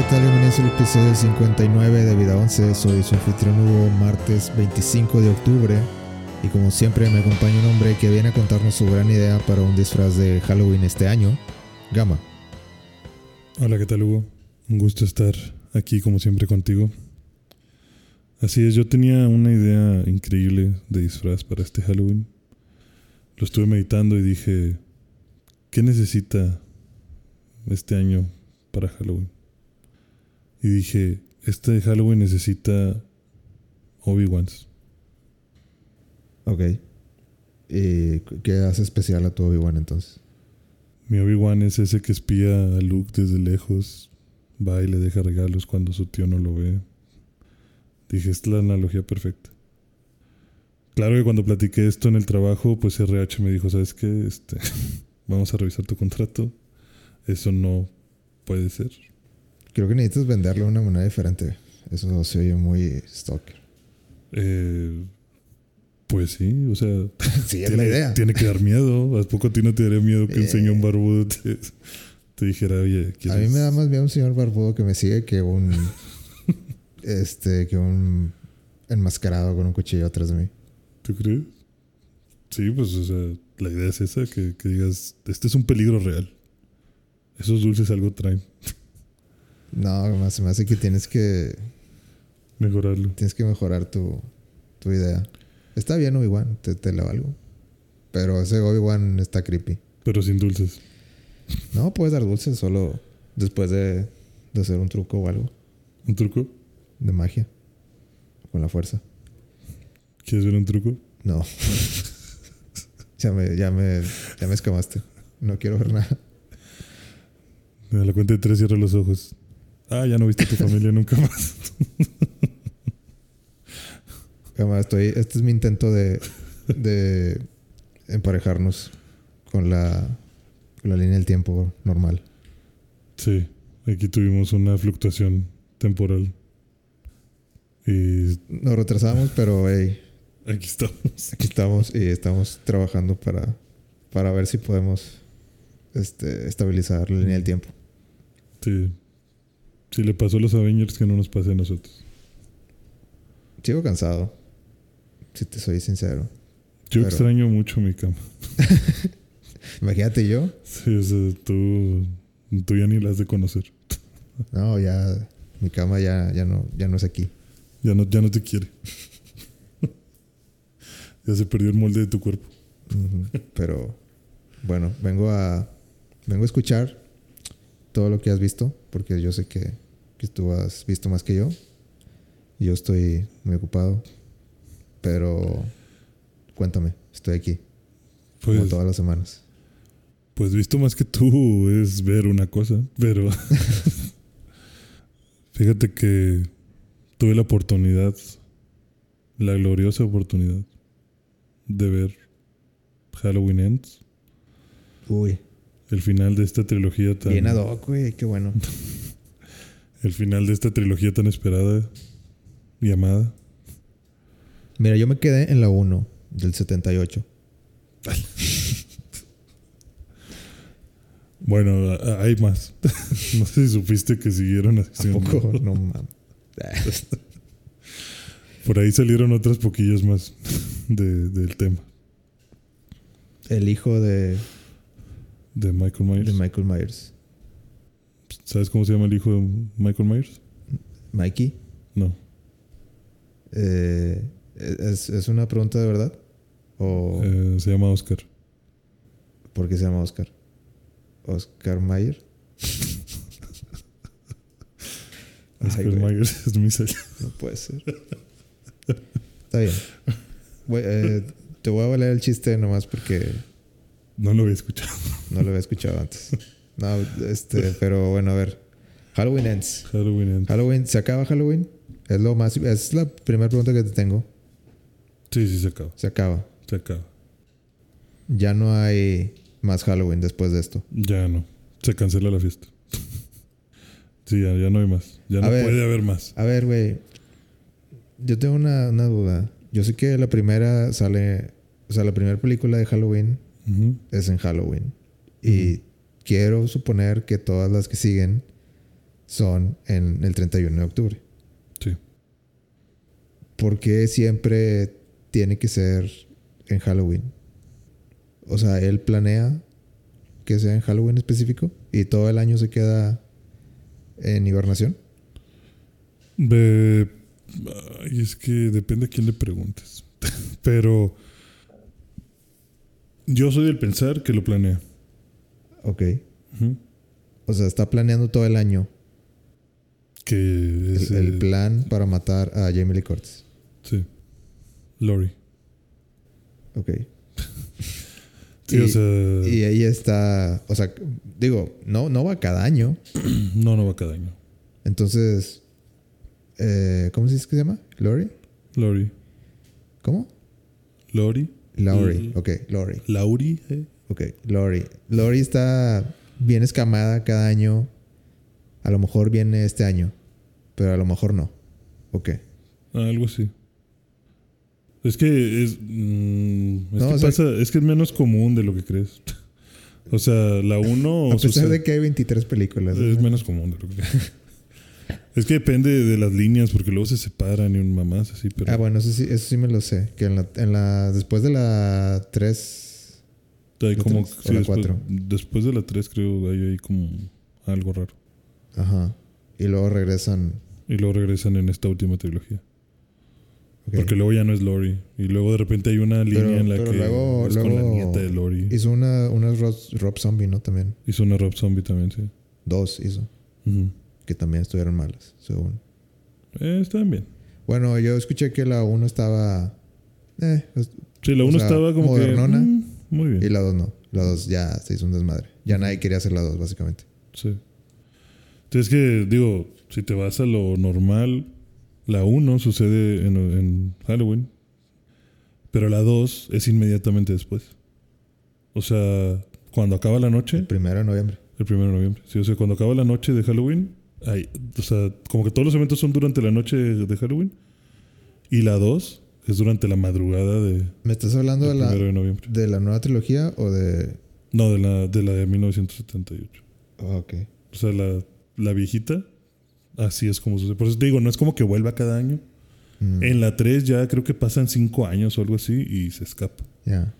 ¿qué tal? Bienvenidos al episodio 59 de Vida 11. Soy su anfitrión Hugo, martes 25 de octubre. Y como siempre me acompaña un hombre que viene a contarnos su gran idea para un disfraz de Halloween este año, Gama. Hola, ¿qué tal, Hugo? Un gusto estar aquí como siempre contigo. Así es, yo tenía una idea increíble de disfraz para este Halloween. Lo estuve meditando y dije, ¿qué necesita este año para Halloween? Y dije, este Halloween necesita Obi-Wans. Ok. ¿Y qué hace especial a tu Obi-Wan entonces? Mi Obi-Wan es ese que espía a Luke desde lejos, va y le deja regalos cuando su tío no lo ve. Dije, esta es la analogía perfecta. Claro que cuando platiqué esto en el trabajo, pues RH me dijo, ¿sabes qué? Vamos a revisar tu contrato. Eso no puede ser. Creo que necesitas venderlo de una manera diferente. Eso se oye muy stalker. Pues sí, o sea... Sí, es la idea. Tiene que dar miedo. ¿A poco a ti no te daría miedo que un señor barbudo te dijera, oye, ¿quieres? A mí me da más miedo un señor barbudo que me sigue que un... que un enmascarado con un cuchillo atrás de mí. ¿Tú crees? Sí, pues, o sea, la idea es esa, que digas, este es un peligro real. Esos dulces algo traen. No, se me hace que tienes que Mejorarlo. Tienes que mejorar tu idea. Está bien Obi-Wan, te la valgo. Pero ese Obi-Wan está creepy. Pero sin dulces. No, puedes dar dulces solo después de hacer un truco o algo. ¿Un truco? De magia. Con la fuerza. ¿Quieres ver un truco? No. ya me escamaste. No quiero ver nada. A la cuenta de 3 cierra los ojos. Ya no viste a tu familia nunca más. Este es mi intento de emparejarnos con la línea del tiempo normal. Sí, aquí tuvimos una fluctuación temporal. Y nos retrasamos, pero hey, aquí estamos. Aquí estamos y estamos trabajando para ver si podemos estabilizar la línea del tiempo. Sí. Si le pasó a los Avengers, que no nos pase a nosotros. Sigo cansado, si te soy sincero. Yo extraño mucho mi cama. Imagínate yo. Sí, o sea, tú ya ni la has de conocer. No, ya mi cama ya no es aquí. Ya no te quiere. Ya se perdió el molde de tu cuerpo. Pero bueno, vengo a escuchar todo lo que has visto, porque yo sé que tú has visto más que yo. Y yo estoy muy ocupado. Pero cuéntame, estoy aquí. Pues, como todas las semanas. Pues visto más que tú es ver una cosa, pero fíjate que tuve la oportunidad, la gloriosa oportunidad de ver Halloween Ends. Uy. El final de esta trilogía tan... Bien ad hoc, güey, qué bueno. El final de esta trilogía tan esperada y amada. Mira, yo me quedé en la 1 del 78. Bueno, hay más. No sé si supiste que siguieron haciendo. ¿A poco? No mames. Por ahí salieron otras poquillas más del tema. El hijo de Michael Myers. De Michael Myers. ¿Sabes cómo se llama el hijo de Michael Myers? ¿Mikey? No. ¿Es una pregunta de verdad? ¿O se llama Oscar. ¿Por qué se llama Oscar? ¿Oscar Mayer? Oscar Myers es Misael. No puede ser. Está bien. Te voy a valer el chiste nomás porque... No lo había escuchado. No lo había escuchado antes. No, pero bueno, a ver. Halloween Ends. ¿Se acaba Halloween? Es la primera pregunta que te tengo. Sí, se acaba. Se acaba. Ya no hay más Halloween después de esto. Ya no. Se cancela la fiesta. Sí, ya no hay más. Ya no puede haber más. A ver, güey. Yo tengo una duda. Yo sé que la primera sale... O sea, la primera película de Halloween es en Halloween. Y quiero suponer que todas las que siguen son en el 31 de octubre. Sí. ¿Por qué siempre tiene que ser en Halloween? O sea, él planea que sea en Halloween específico y todo el año se queda en hibernación. Ay, es que depende a quién le preguntes. Pero yo soy del pensar que lo planea. Ok. Ujú. O sea, está planeando todo el año Que es el plan para matar a Jamie Lee Curtis. Sí. Lori. Ok. Sí, o sea. Y ella está... O sea, digo, no va cada año. No va cada año. Entonces... ¿cómo se dice que se llama? ¿Lori? Lori. ¿Cómo? Lori. Lori. Ok, Lori. Lauri. Ok, Lori. Lori está bien escamada cada año. A lo mejor viene este año. Pero a lo mejor no. Ok. Algo así. Es que es. Es que es menos común de lo que crees. O sea, la 1. A pesar de que hay 23 películas. Es menos común de lo que crees. Es que depende de las líneas, porque luego se separan y un mamás así, pero... Bueno, eso sí me lo sé. Que después de la 3... Hay como... o la 4. Después de la 3 creo hay como algo raro. Ajá. Y luego regresan... Y luego regresan en esta última trilogía. Okay. Porque luego ya no es Lori. Y luego de repente hay una línea en la que luego, es con la nieta de Lori. Hizo una Rob Zombie, ¿no? También. Hizo una Rob Zombie también, sí. 2 hizo. Uh-huh. Que también estuvieron malas, según. Estaban bien. Bueno, yo escuché que la 1 estaba... sí, la 1 estaba como modernona, que... muy bien. Y la 2 no. La 2 ya se hizo un desmadre. Ya nadie quería hacer la 2, básicamente. Sí. Entonces que, digo, si te vas a lo normal, la 1 sucede en Halloween, pero la 2 es inmediatamente después. O sea, cuando acaba la noche... El 1 de noviembre. El 1 de noviembre. Sí, o sea, cuando acaba la noche de Halloween, o sea, como que todos los eventos son durante la noche de Halloween. Y la 2 es durante la madrugada de... ¿Me estás hablando de 1 de noviembre. de la nueva trilogía o de...? No, de la de 1978. Ok. O sea, la viejita, así es como sucede. Por eso te digo, no es como que vuelva cada año. En la 3 ya creo que pasan 5 años o algo así y se escapa. Ya.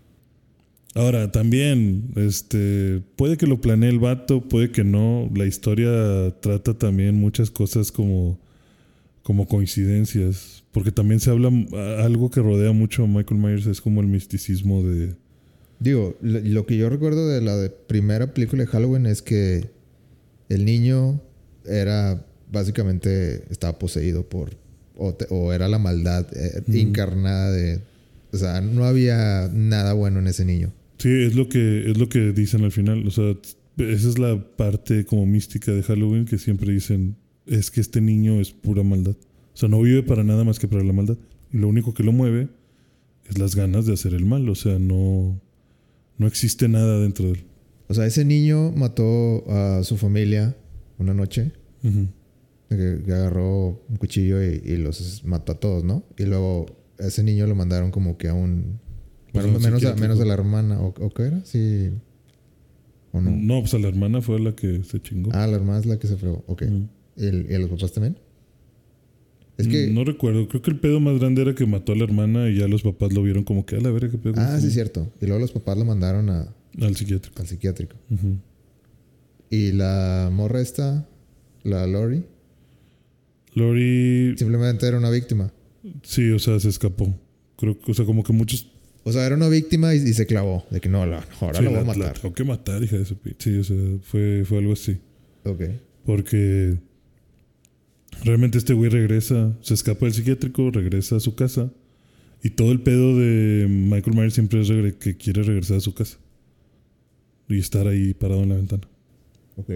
Ahora, también, puede que lo planee el vato, puede que no. La historia trata también muchas cosas como coincidencias. Porque también se habla, algo que rodea mucho a Michael Myers es como el misticismo de... Digo, lo que yo recuerdo de la primera película de Halloween es que el niño era básicamente estaba poseído por... O era la maldad encarnada de... O sea, no había nada bueno en ese niño. Sí, es lo que dicen al final. O sea, esa es la parte como mística de Halloween que siempre dicen, es que este niño es pura maldad. O sea, no vive para nada más que para la maldad. Y lo único que lo mueve es las ganas de hacer el mal. O sea, no existe nada dentro de él. O sea, ese niño mató a su familia una noche. Uh-huh. Que agarró un cuchillo y los mató a todos, ¿no? Y luego a ese niño lo mandaron como que a un... Bueno, menos a la hermana. ¿O qué era? Sí. ¿O no? No, pues a la hermana fue la que se chingó. La hermana es la que se fregó. Ok. Uh-huh. ¿Y a los papás también? Es que... No recuerdo. Creo que el pedo más grande era que mató a la hermana y ya los papás lo vieron como que a la verga, qué pedo. Sí, cierto. Y luego los papás lo mandaron al psiquiátrico. Al psiquiátrico. Uh-huh. Y la morra esta, la Lori... Lori... simplemente era una víctima. Sí, o sea, se escapó. Creo que, o sea, como que muchos... O sea, era una víctima y se clavó. De que no, ahora sí, lo voy a matar. La tengo que matar, hija de su p... Sí, o sea, fue algo así. Ok. Porque realmente este güey regresa, se escapa del psiquiátrico, regresa a su casa. Y todo el pedo de Michael Myers siempre es que quiere regresar a su casa. Y estar ahí parado en la ventana. Ok.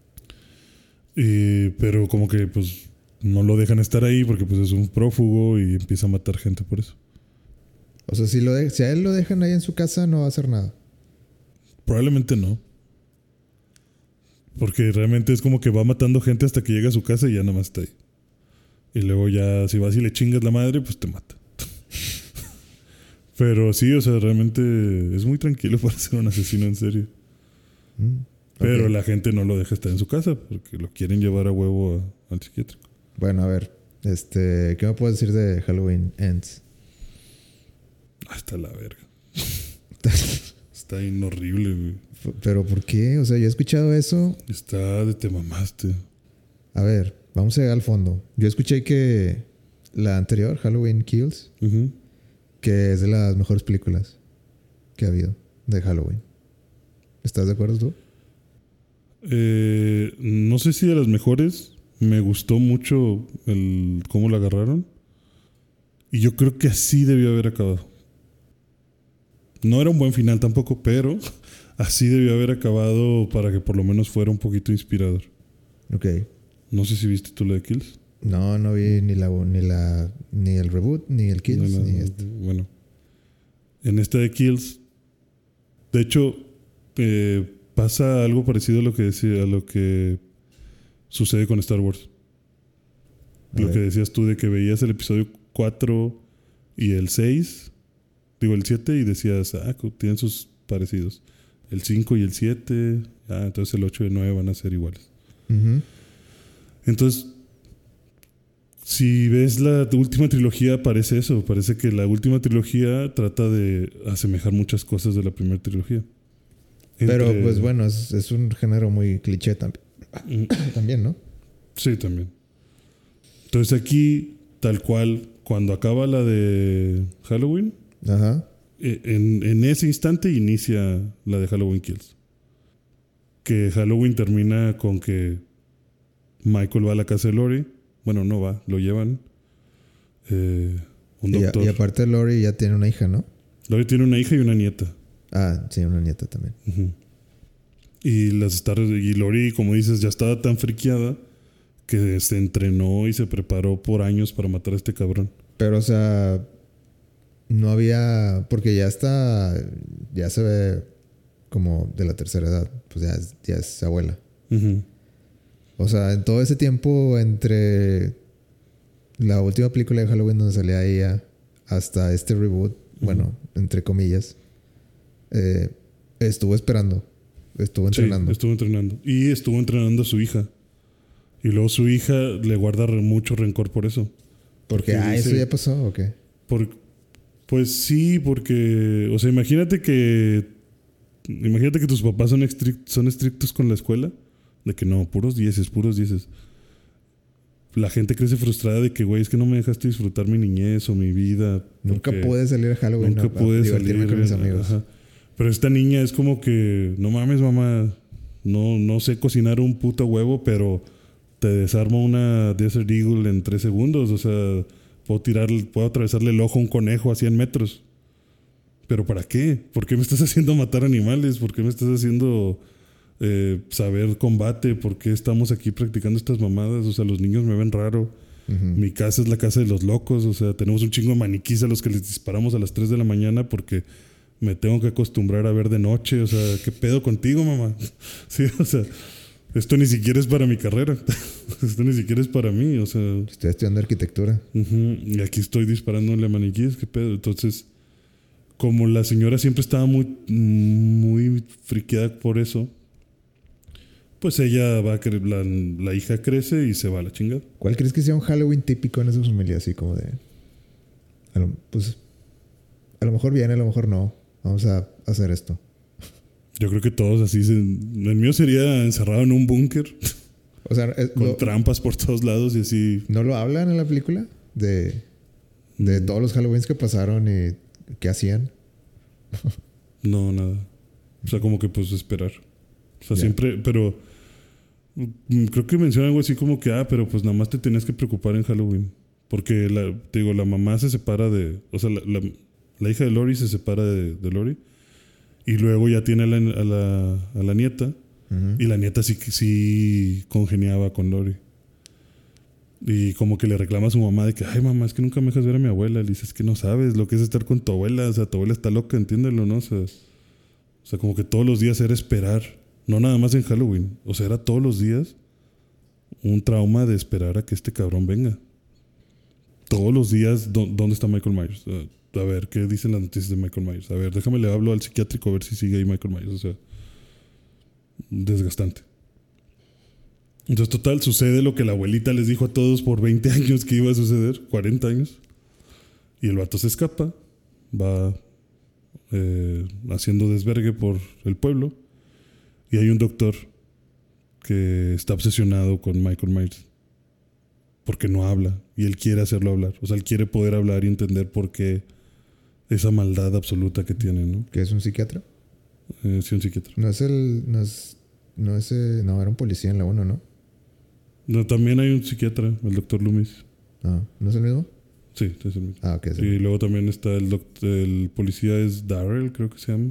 Pero como que, pues, no lo dejan estar ahí porque, pues, es un prófugo y empieza a matar gente por eso. O sea, si a él lo dejan ahí en su casa, no va a hacer nada. Probablemente no. Porque realmente es como que va matando gente hasta que llega a su casa y ya nada más está ahí. Y luego ya, si vas y le chingas la madre, pues te mata. Pero sí, o sea, realmente es muy tranquilo para ser un asesino en serio. Pero Ok. la gente no lo deja estar en su casa porque lo quieren llevar a huevo al psiquiátrico. Bueno, a ver. ¿Qué me puedes decir de Halloween Ends? Hasta la verga. Está bien horrible, güey. ¿Pero por qué? O sea, yo he escuchado eso. Está de te mamaste. A ver, vamos a ir al fondo. Yo escuché que la anterior, Halloween Kills, Ujú. que es de las mejores películas que ha habido de Halloween. ¿Estás de acuerdo tú? No sé si de las mejores. Me gustó mucho cómo la agarraron. Y yo creo que así debió haber acabado. No era un buen final tampoco, pero así debió haber acabado para que por lo menos fuera un poquito inspirador. Ok. No sé si viste tú la de Kills. No vi ni el reboot, ni el Kills, No, ni este. bueno, en esta de Kills, de hecho, pasa algo parecido a lo que sucede con Star Wars. A Lo ver. que decías tú de que veías el episodio 4 y el 6, digo el 7, y decías, tienen sus parecidos. El 5 y el 7, entonces el 8 y el 9 van a ser iguales. Ujú. Entonces, si ves la última trilogía, parece eso. Parece que la última trilogía trata de asemejar muchas cosas de la primera trilogía. Pero Entre- pues bueno, es un género muy cliché Mm, también, ¿no? Sí, también. Entonces aquí, tal cual, cuando acaba la de Halloween, Ajá. en ese instante inicia la de Halloween Kills. Que Halloween termina con que Michael va a la casa de Lori. Bueno, no va, lo llevan. Un doctor. Y aparte Lori ya tiene una hija, ¿no? Lori tiene una hija y una nieta. Ah, sí, una nieta también. Ujú. Y Lori, como dices, ya estaba tan friqueada que se entrenó y se preparó por años para matar a este cabrón. Pero, o sea, no había... Porque ya se ve como de la tercera edad. Pues ya es abuela. Ujú. O sea, en todo ese tiempo entre la última película de Halloween donde salía ella hasta este reboot, bueno, entre comillas, estuvo esperando. Estuvo entrenando. Sí, estuvo entrenando. Y estuvo entrenando a su hija. Y luego su hija le guarda mucho rencor por eso. Porque, dice- ¿eso ya pasó o qué? Pues sí, porque... O sea, imagínate que tus papás son estrictos con la escuela. De que no, puros dieces, puros dieces. La gente crece frustrada de que, güey, es que no me dejaste disfrutar mi niñez o mi vida. Nunca porque pude salir a Halloween Nunca pude divertirme salir con mis amigos. Ajá. Pero esta niña es como que, no mames, mamá, no sé cocinar un puto huevo, pero te desarmo una Desert Eagle en 3 segundos. O sea, puedo atravesarle el ojo a un conejo a 100 metros. ¿Pero para qué? ¿Por qué me estás haciendo matar animales? ¿Por qué me estás haciendo saber combate? ¿Por qué estamos aquí practicando estas mamadas? O sea, los niños me ven raro. Ujú. Mi casa es la casa de los locos. O sea, tenemos un chingo de maniquís a los que les disparamos a las 3 de la mañana porque me tengo que acostumbrar a ver de noche. O sea, ¿qué pedo contigo, mamá? Sí, o sea, esto ni siquiera es para mi carrera. Esto ni siquiera es para mí. O sea, Estoy estudiando arquitectura. y aquí estoy disparándole a maniquíes. ¿Qué pedo? Entonces, como la señora siempre estaba muy friqueada por eso, pues ella va a la hija crece y se va a la chingada. ¿Cuál crees que sea un Halloween típico en esa familia? Así como de... Pues a lo mejor viene, a lo mejor no. Vamos a hacer esto. Yo creo que todos así. El mío sería encerrado en un búnker O sea, con trampas por todos lados y así. ¿no lo hablan en la película? De todos los Halloweens que pasaron y qué hacían. No, nada. O sea, como que pues esperar. O sea, Ya. siempre, pero creo que menciona algo así como que, pero pues nada más te tenías que preocupar en Halloween. Porque, te digo, la mamá se separa de... O sea, la hija de Lori se separa de Lori. Y luego ya tiene a la nieta. Ujú. Y la nieta sí congeniaba con Lori. Y como que le reclama a su mamá de que, ay, mamá, es que nunca me dejas ver a mi abuela. Le dice, es que no sabes lo que es estar con tu abuela. O sea, tu abuela está loca, entiéndelo, ¿no? O sea, como que todos los días era esperar. No nada más en Halloween. O sea, era todos los días un trauma de esperar a que este cabrón venga. Todos los días, ¿dónde está Michael Myers? A ver, ¿qué dicen las noticias de Michael Myers? A ver, déjame le hablo al psiquiátrico a ver si sigue ahí Michael Myers. O sea, desgastante. Entonces, total, sucede lo que la abuelita les dijo a todos por 20 años que iba a suceder, 40 años. Y el vato se escapa, va haciendo desvergue por el pueblo. Y hay un doctor que está obsesionado con Michael Myers. Porque no habla. Y él quiere hacerlo hablar. O sea, él quiere poder hablar y entender por qué esa maldad absoluta que tiene, ¿no? ¿Que es un psiquiatra? Sí, un psiquiatra. No, era un policía en la 1, ¿no? No, también hay un psiquiatra, el doctor Loomis. Ah, ¿no es el mismo? Sí, es el mismo. Ah, ok. Sí. Y luego también está el policía es Darrell, creo que se llama.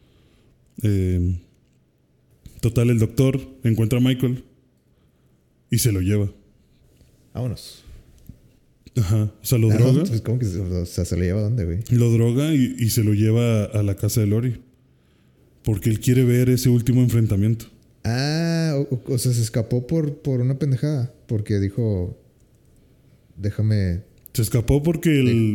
Total, el doctor encuentra a Michael y se lo lleva. Vámonos. Ajá. O sea, lo droga. Pues, ¿cómo que se lo lleva a dónde, güey? Lo droga y se lo lleva a la casa de Lori. Porque él quiere ver ese último enfrentamiento. Ah, o sea, se escapó por una pendejada. Porque dijo, déjame... Se escapó porque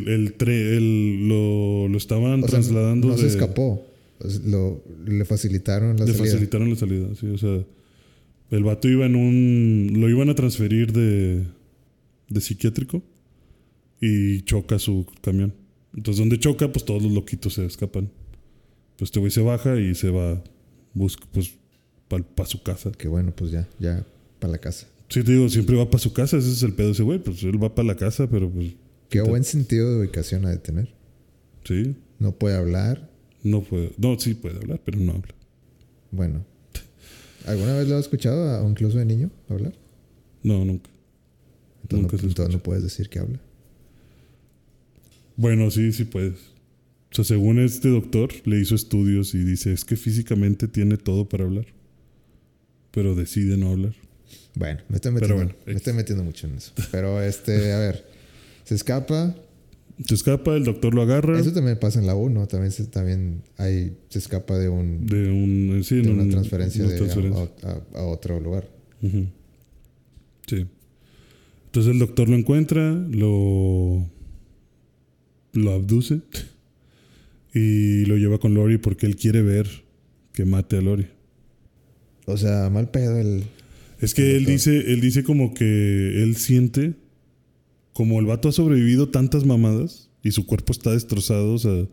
lo estaban trasladando. No se escapó. Le facilitaron la salida. Le facilitaron la salida, sí. O sea, el vato iba lo iban a transferir de psiquiátrico y choca su camión. Entonces, donde choca, pues todos los loquitos se escapan. Pues este güey se baja y se va, busca, pues, para su casa. Que bueno, pues ya, para la casa. Sí, te digo, siempre va para su casa. Ese es el pedo de ese güey. Pues él va para la casa, pero pues... Qué buen sentido de ubicación ha de tener. Sí. No puede hablar. No, sí puede hablar, pero no habla. Bueno. ¿Alguna vez lo has escuchado, incluso de niño, hablar? No, nunca. Entonces no puedes decir que habla. Bueno, sí puedes. O sea, según este doctor, le hizo estudios y dice, es que físicamente tiene todo para hablar. Pero decide no hablar. Bueno, me estoy metiendo mucho en eso. Pero a ver, se escapa. Se escapa, el doctor lo agarra. Eso también pasa en la 1. También se escapa de una transferencia a otro lugar. Uh-huh. Sí. Entonces el doctor lo encuentra, lo abduce y lo lleva con Lori porque él quiere ver que mate a Lori. O sea, mal pedo Es que él dice como que él siente como el vato ha sobrevivido tantas mamadas y su cuerpo está destrozado, o sea,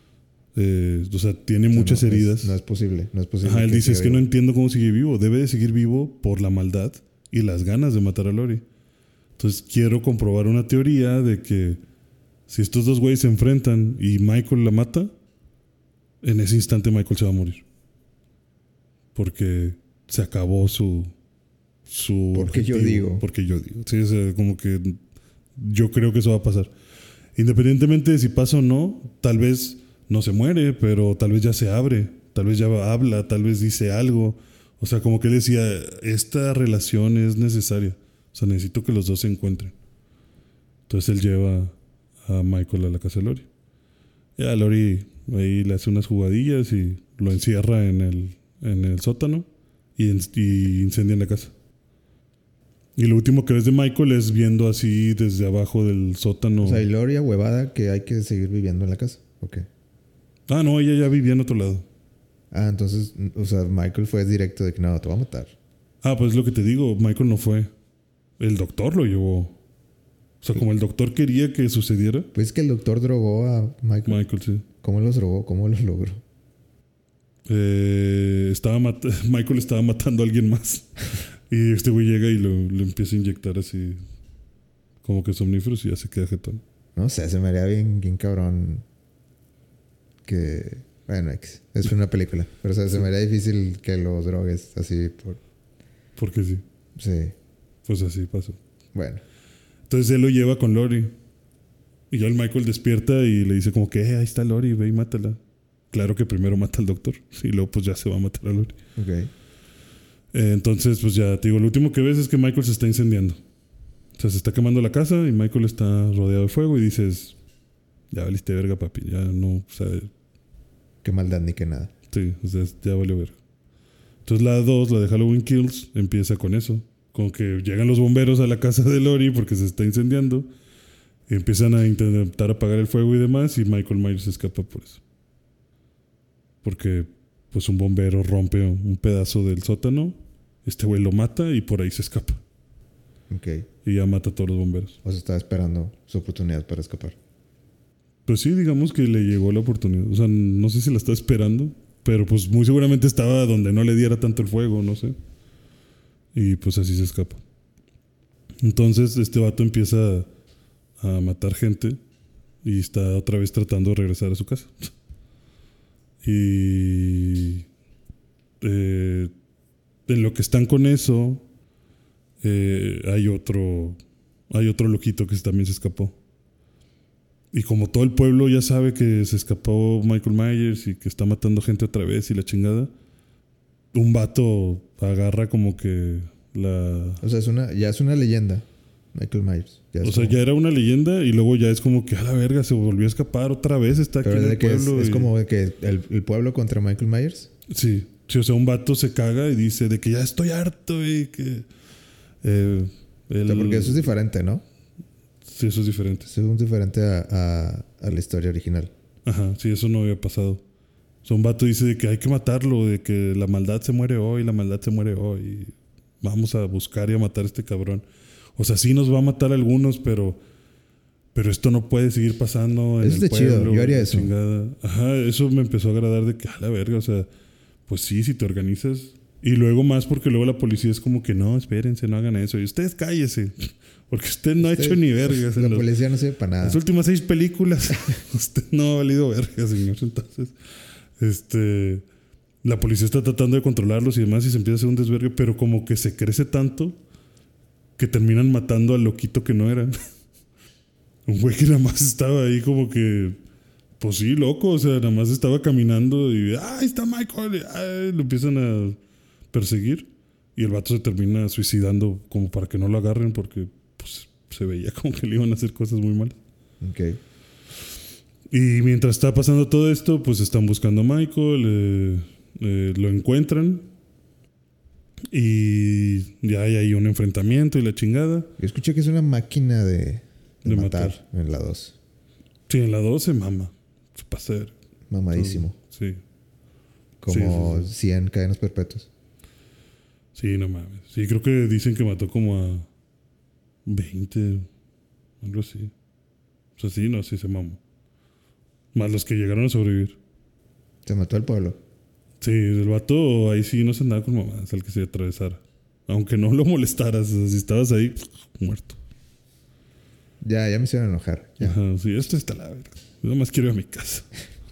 tiene muchas heridas. No es posible. Ajá, él dice, es que no entiendo cómo sigue vivo. Debe de seguir vivo por la maldad y las ganas de matar a Lori. Entonces quiero comprobar una teoría de que si estos dos güeyes se enfrentan y Michael la mata, en ese instante Michael se va a morir. Porque se acabó su Porque objetivo. yo digo. Porque yo digo. Sí, o sea, como que yo creo que eso va a pasar. Independientemente de si pasa o no, tal vez no se muere, pero tal vez ya se abre, tal vez ya habla, tal vez dice algo. O sea, como que él decía, esta relación es necesaria. O sea, necesito que los dos se encuentren. Entonces él lleva a Michael a la casa de Lori. Ya Lori ahí le hace unas jugadillas y lo encierra en el sótano y incendian la casa. Y lo último que ves de Michael es viendo así desde abajo del sótano. O sea, y Lori huevada que hay que seguir viviendo en la casa. Ok. Ah, no, ella ya vivía en otro lado. Ah, entonces, o sea, Michael fue directo de que no, te va a matar. Ah, pues es lo que te digo, Michael no fue. El doctor lo llevó. O sea, como el doctor quería que sucediera. Pues es que el doctor drogó a Michael. Michael, sí. ¿Cómo los drogó? ¿Cómo los logró? Michael estaba matando a alguien más. Y este güey llega y lo empieza a inyectar así como que somníferos y ya se queda jetón. No sé, se me haría bien cabrón que... Bueno, es una película. Pero o sea, se me haría difícil que los drogues así por... Porque sí. Sí. Pues así pasó. Bueno. Entonces él lo lleva con Lori. Y ya el Michael despierta y le dice como que ahí está Lori, ve y mátala. Claro que primero mata al doctor. Y luego pues ya se va a matar a Lori. Ok. Entonces, pues ya te digo, lo último que ves es que Michael se está incendiando. O sea, se está quemando la casa y Michael está rodeado de fuego y dices, ya valiste verga, papi, ya no, o sea... Qué maldad ni que nada. Sí, o sea, ya valió verga. Entonces la 2, la de Halloween Kills, empieza con eso. Con que llegan los bomberos a la casa de Lori porque se está incendiando. Y empiezan a intentar apagar el fuego y demás y Michael Myers se escapa por eso. Porque pues un bombero rompe un pedazo del sótano. Este güey lo mata y por ahí se escapa. Ok. Y ya mata a todos los bomberos. O sea, estaba esperando su oportunidad para escapar. Pues sí, digamos que le llegó la oportunidad. O sea, no sé si la estaba esperando, pero pues muy seguramente estaba donde no le diera tanto el fuego, no sé. Y pues así se escapa. Entonces este vato empieza a matar gente y está otra vez tratando de regresar a su casa. Y en lo que están con eso, hay otro loquito que también se escapó. Y como todo el pueblo ya sabe que se escapó Michael Myers y que está matando gente otra vez y la chingada, un vato agarra como que la... O sea, ya es una leyenda, Michael Myers. O sea, ya era una leyenda y luego ya es como que a la verga se volvió a escapar otra vez, está aquí pero en el pueblo. Es como que el pueblo contra Michael Myers. Sí, o sea, un vato se caga y dice de que ya estoy harto y que... O sea, porque eso es diferente, ¿no? Sí, eso es diferente. Eso es diferente a la historia original. Ajá, sí, eso no había pasado. O sea, un vato dice de que hay que matarlo, de que la maldad se muere hoy, la maldad se muere hoy. Vamos a buscar y a matar a este cabrón. O sea, sí nos va a matar a algunos, pero esto no puede seguir pasando en eso el es pueblo. Chido, yo haría eso. Chingada. Ajá, eso me empezó a agradar de que a la verga, o sea, pues sí, si te organizas. Y luego más porque luego la policía es como que no, espérense, no hagan eso. Y ustedes cállese. Porque usted no ha hecho ni vergas. La policía no sirve para nada. Las últimas 6 películas, usted no ha valido vergas, señor. Entonces, la policía está tratando de controlarlos y demás y se empieza a hacer un desvergue, pero como que se crece tanto que terminan matando al loquito que no eran. Un güey que nada más estaba ahí como que, pues sí, loco, o sea, nada más estaba caminando y ¡ahí está Michael! Y, lo empiezan a perseguir y el vato se termina suicidando como para que no lo agarren porque pues se veía como que le iban a hacer cosas muy malas. Ok. Y mientras está pasando todo esto, pues están buscando a Michael, lo encuentran y ya hay ahí un enfrentamiento y la chingada. Yo escuché que es una máquina de matar en la 2. Sí, en la 2 se mama. Se pasa de... Mamadísimo. Sí. Como sí. 100 cadenas perpetuas. Sí, no mames. Sí, creo que dicen que mató como a 20, algo así. O sea, sí, no, sí se mamó. Más los que llegaron a sobrevivir. Se mató al pueblo. Sí, el vato ahí sí no se andaba con mamás, al que se atravesara. Aunque no lo molestaras, o sea, si estabas ahí, muerto. Ya me hicieron enojar. Ya. Ajá, sí, esto está la verga. Yo nomás quiero ir a mi casa.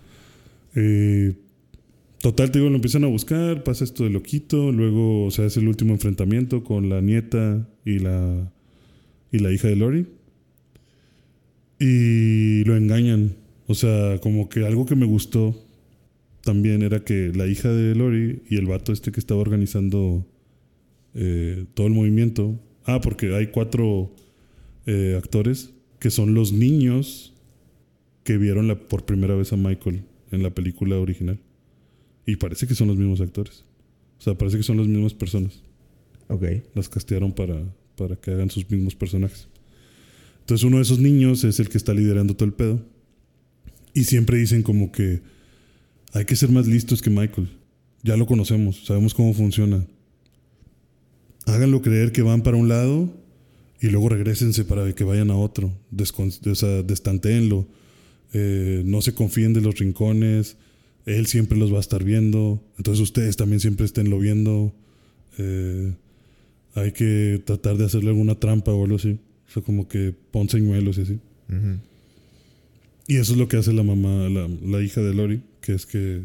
Total, te digo, lo empiezan a buscar, pasa esto de loquito, luego, o sea, es el último enfrentamiento con la nieta y la hija de Lori. Y lo engañan. O sea, como que algo que me gustó también era que la hija de Lori y el vato que estaba organizando todo el movimiento. Porque hay 4 actores que son los niños que vieron por primera vez a Michael en la película original. Y parece que son los mismos actores. O sea, parece que son las mismas personas. Ok. Las castearon para que hagan sus mismos personajes. Entonces uno de esos niños es el que está liderando todo el pedo. Y siempre dicen como que hay que ser más listos que Michael. Ya lo conocemos, sabemos cómo funciona. Háganlo creer que van para un lado y luego regrésense para que vayan a otro. Destantéenlo. No se confíen de los rincones. Él siempre los va a estar viendo. Entonces ustedes también siempre esténlo viendo. Hay que tratar de hacerle alguna trampa o algo así. O sea, como que pon señuelos y así. Uh-huh. Y eso es lo que hace la mamá, la hija de Lori, que es que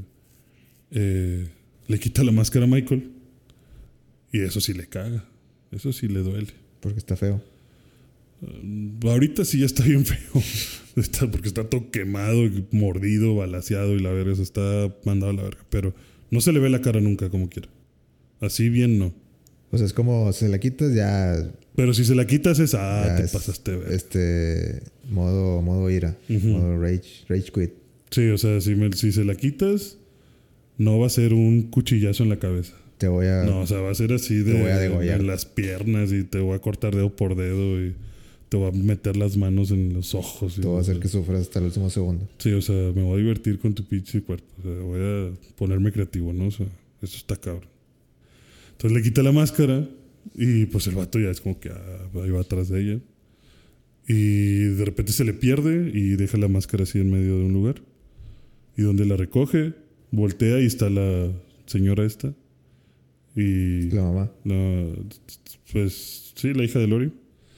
le quita la máscara a Michael. Y eso sí le caga. Eso sí le duele. Porque está feo. Ahorita sí ya está bien feo. Porque está todo quemado, mordido, balaceado y la verga. Se está mandado a la verga. Pero no se le ve la cara nunca como quiera. Así bien no. O sea, es como se la quitas ya... Pero si se la quitas es... te es, pasaste, verga. Modo ira. Uh-huh. Modo rage quit. Sí, o sea, si se la quitas, no va a ser un cuchillazo en la cabeza. No, o sea, va a ser así te voy a degollar en las piernas y te voy a cortar dedo por dedo y te va a meter las manos en los ojos. Te va a hacer que sufras hasta el último segundo. Sí, o sea, me voy a divertir con tu pinche cuerpo. O sea, voy a ponerme creativo, ¿no? O sea, eso está cabrón. Entonces le quita la máscara y pues el vato ya es como que ahí va atrás de ella. Y de repente se le pierde y deja la máscara así en medio de un lugar. Y donde la recoge, voltea y está la señora esta. Y La mamá. pues sí, la hija de Lori.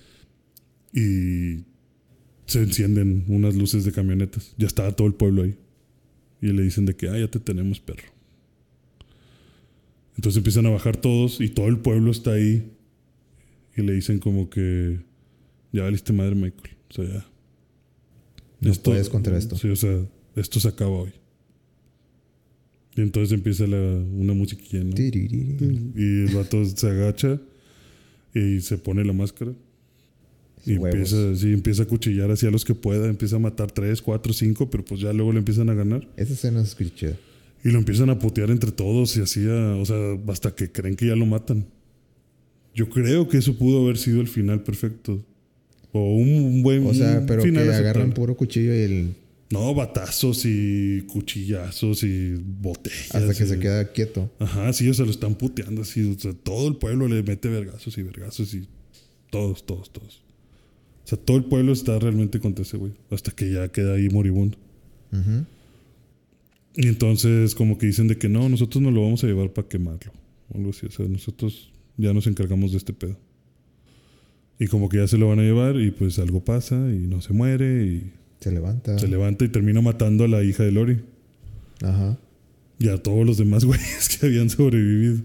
Y se encienden unas luces de camionetas. Ya estaba todo el pueblo ahí. Y le dicen de que, ya te tenemos, perro. Entonces empiezan a bajar todos y todo el pueblo está ahí. Y le dicen como que, ya valiste madre, Michael. O sea, ya. No puedes contra esto. Sí, o sea, esto se acaba hoy. Y entonces empieza una musiquilla, ¿no? Y el vato se agacha y se pone la máscara. Y empieza a cuchillar hacia los que pueda. Empieza a matar 3, 4, 5, pero pues ya luego le empiezan a ganar. Esa escena es chida. Y lo empiezan a putear entre todos y así, o sea, hasta que creen que ya lo matan. Yo creo que eso pudo haber sido el final perfecto. O un buen O sea, pero final que aceptable. agarran puro cuchillo y el... No, batazos y cuchillazos y botellas. Hasta que se queda quieto. Ajá, sí, o sea, lo están puteando así. O sea, todo el pueblo le mete vergazos y todos. O sea, todo el pueblo está realmente contra ese güey. Hasta que ya queda ahí moribundo. Uh-huh. Y entonces como que dicen de que no, nosotros nos lo vamos a llevar para quemarlo. O algo así, o sea, nosotros ya nos encargamos de este pedo. Y como que ya se lo van a llevar y pues algo pasa y no se muere y... Se levanta. Se levanta y termina matando a la hija de Lori. Ajá. Y a todos los demás güeyes que habían sobrevivido.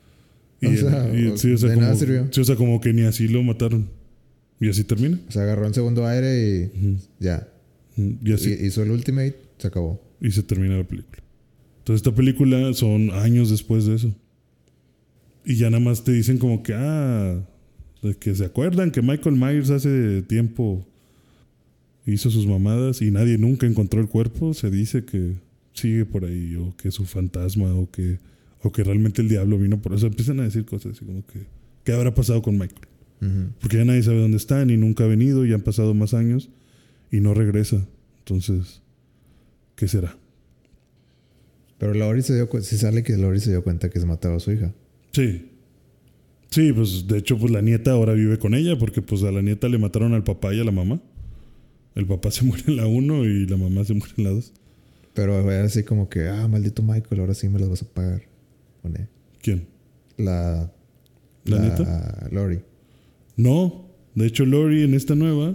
De nada sirvió. Sí, o sea, como que ni así lo mataron. Y así termina. O sea, agarró un segundo aire y ya. Y así. Hizo el ultimate, se acabó. Y se termina la película. Entonces esta película son años después de eso. Y ya nada más te dicen como que, de que se acuerdan que Michael Myers hace tiempo hizo sus mamadas y nadie nunca encontró el cuerpo. Se dice que sigue por ahí, o que es su fantasma, o que realmente el diablo vino por eso. Empiezan a decir cosas así como que, ¿qué habrá pasado con Michael? Uh-huh. Porque ya nadie sabe dónde está, ni nunca ha venido, y han pasado más años y no regresa. Entonces, ¿qué será? Pero Lori si sale que Lori se dio cuenta que se mataba a su hija. Sí. Sí, pues de hecho pues la nieta ahora vive con ella, porque pues a la nieta le mataron al papá y a la mamá. El papá se muere en la 1 y la mamá se muere en la 2. Pero fue así como que, maldito Michael, ahora sí me las vas a pagar. Pone. ¿Quién? ¿La nieta? Lori. No, de hecho Lori en esta nueva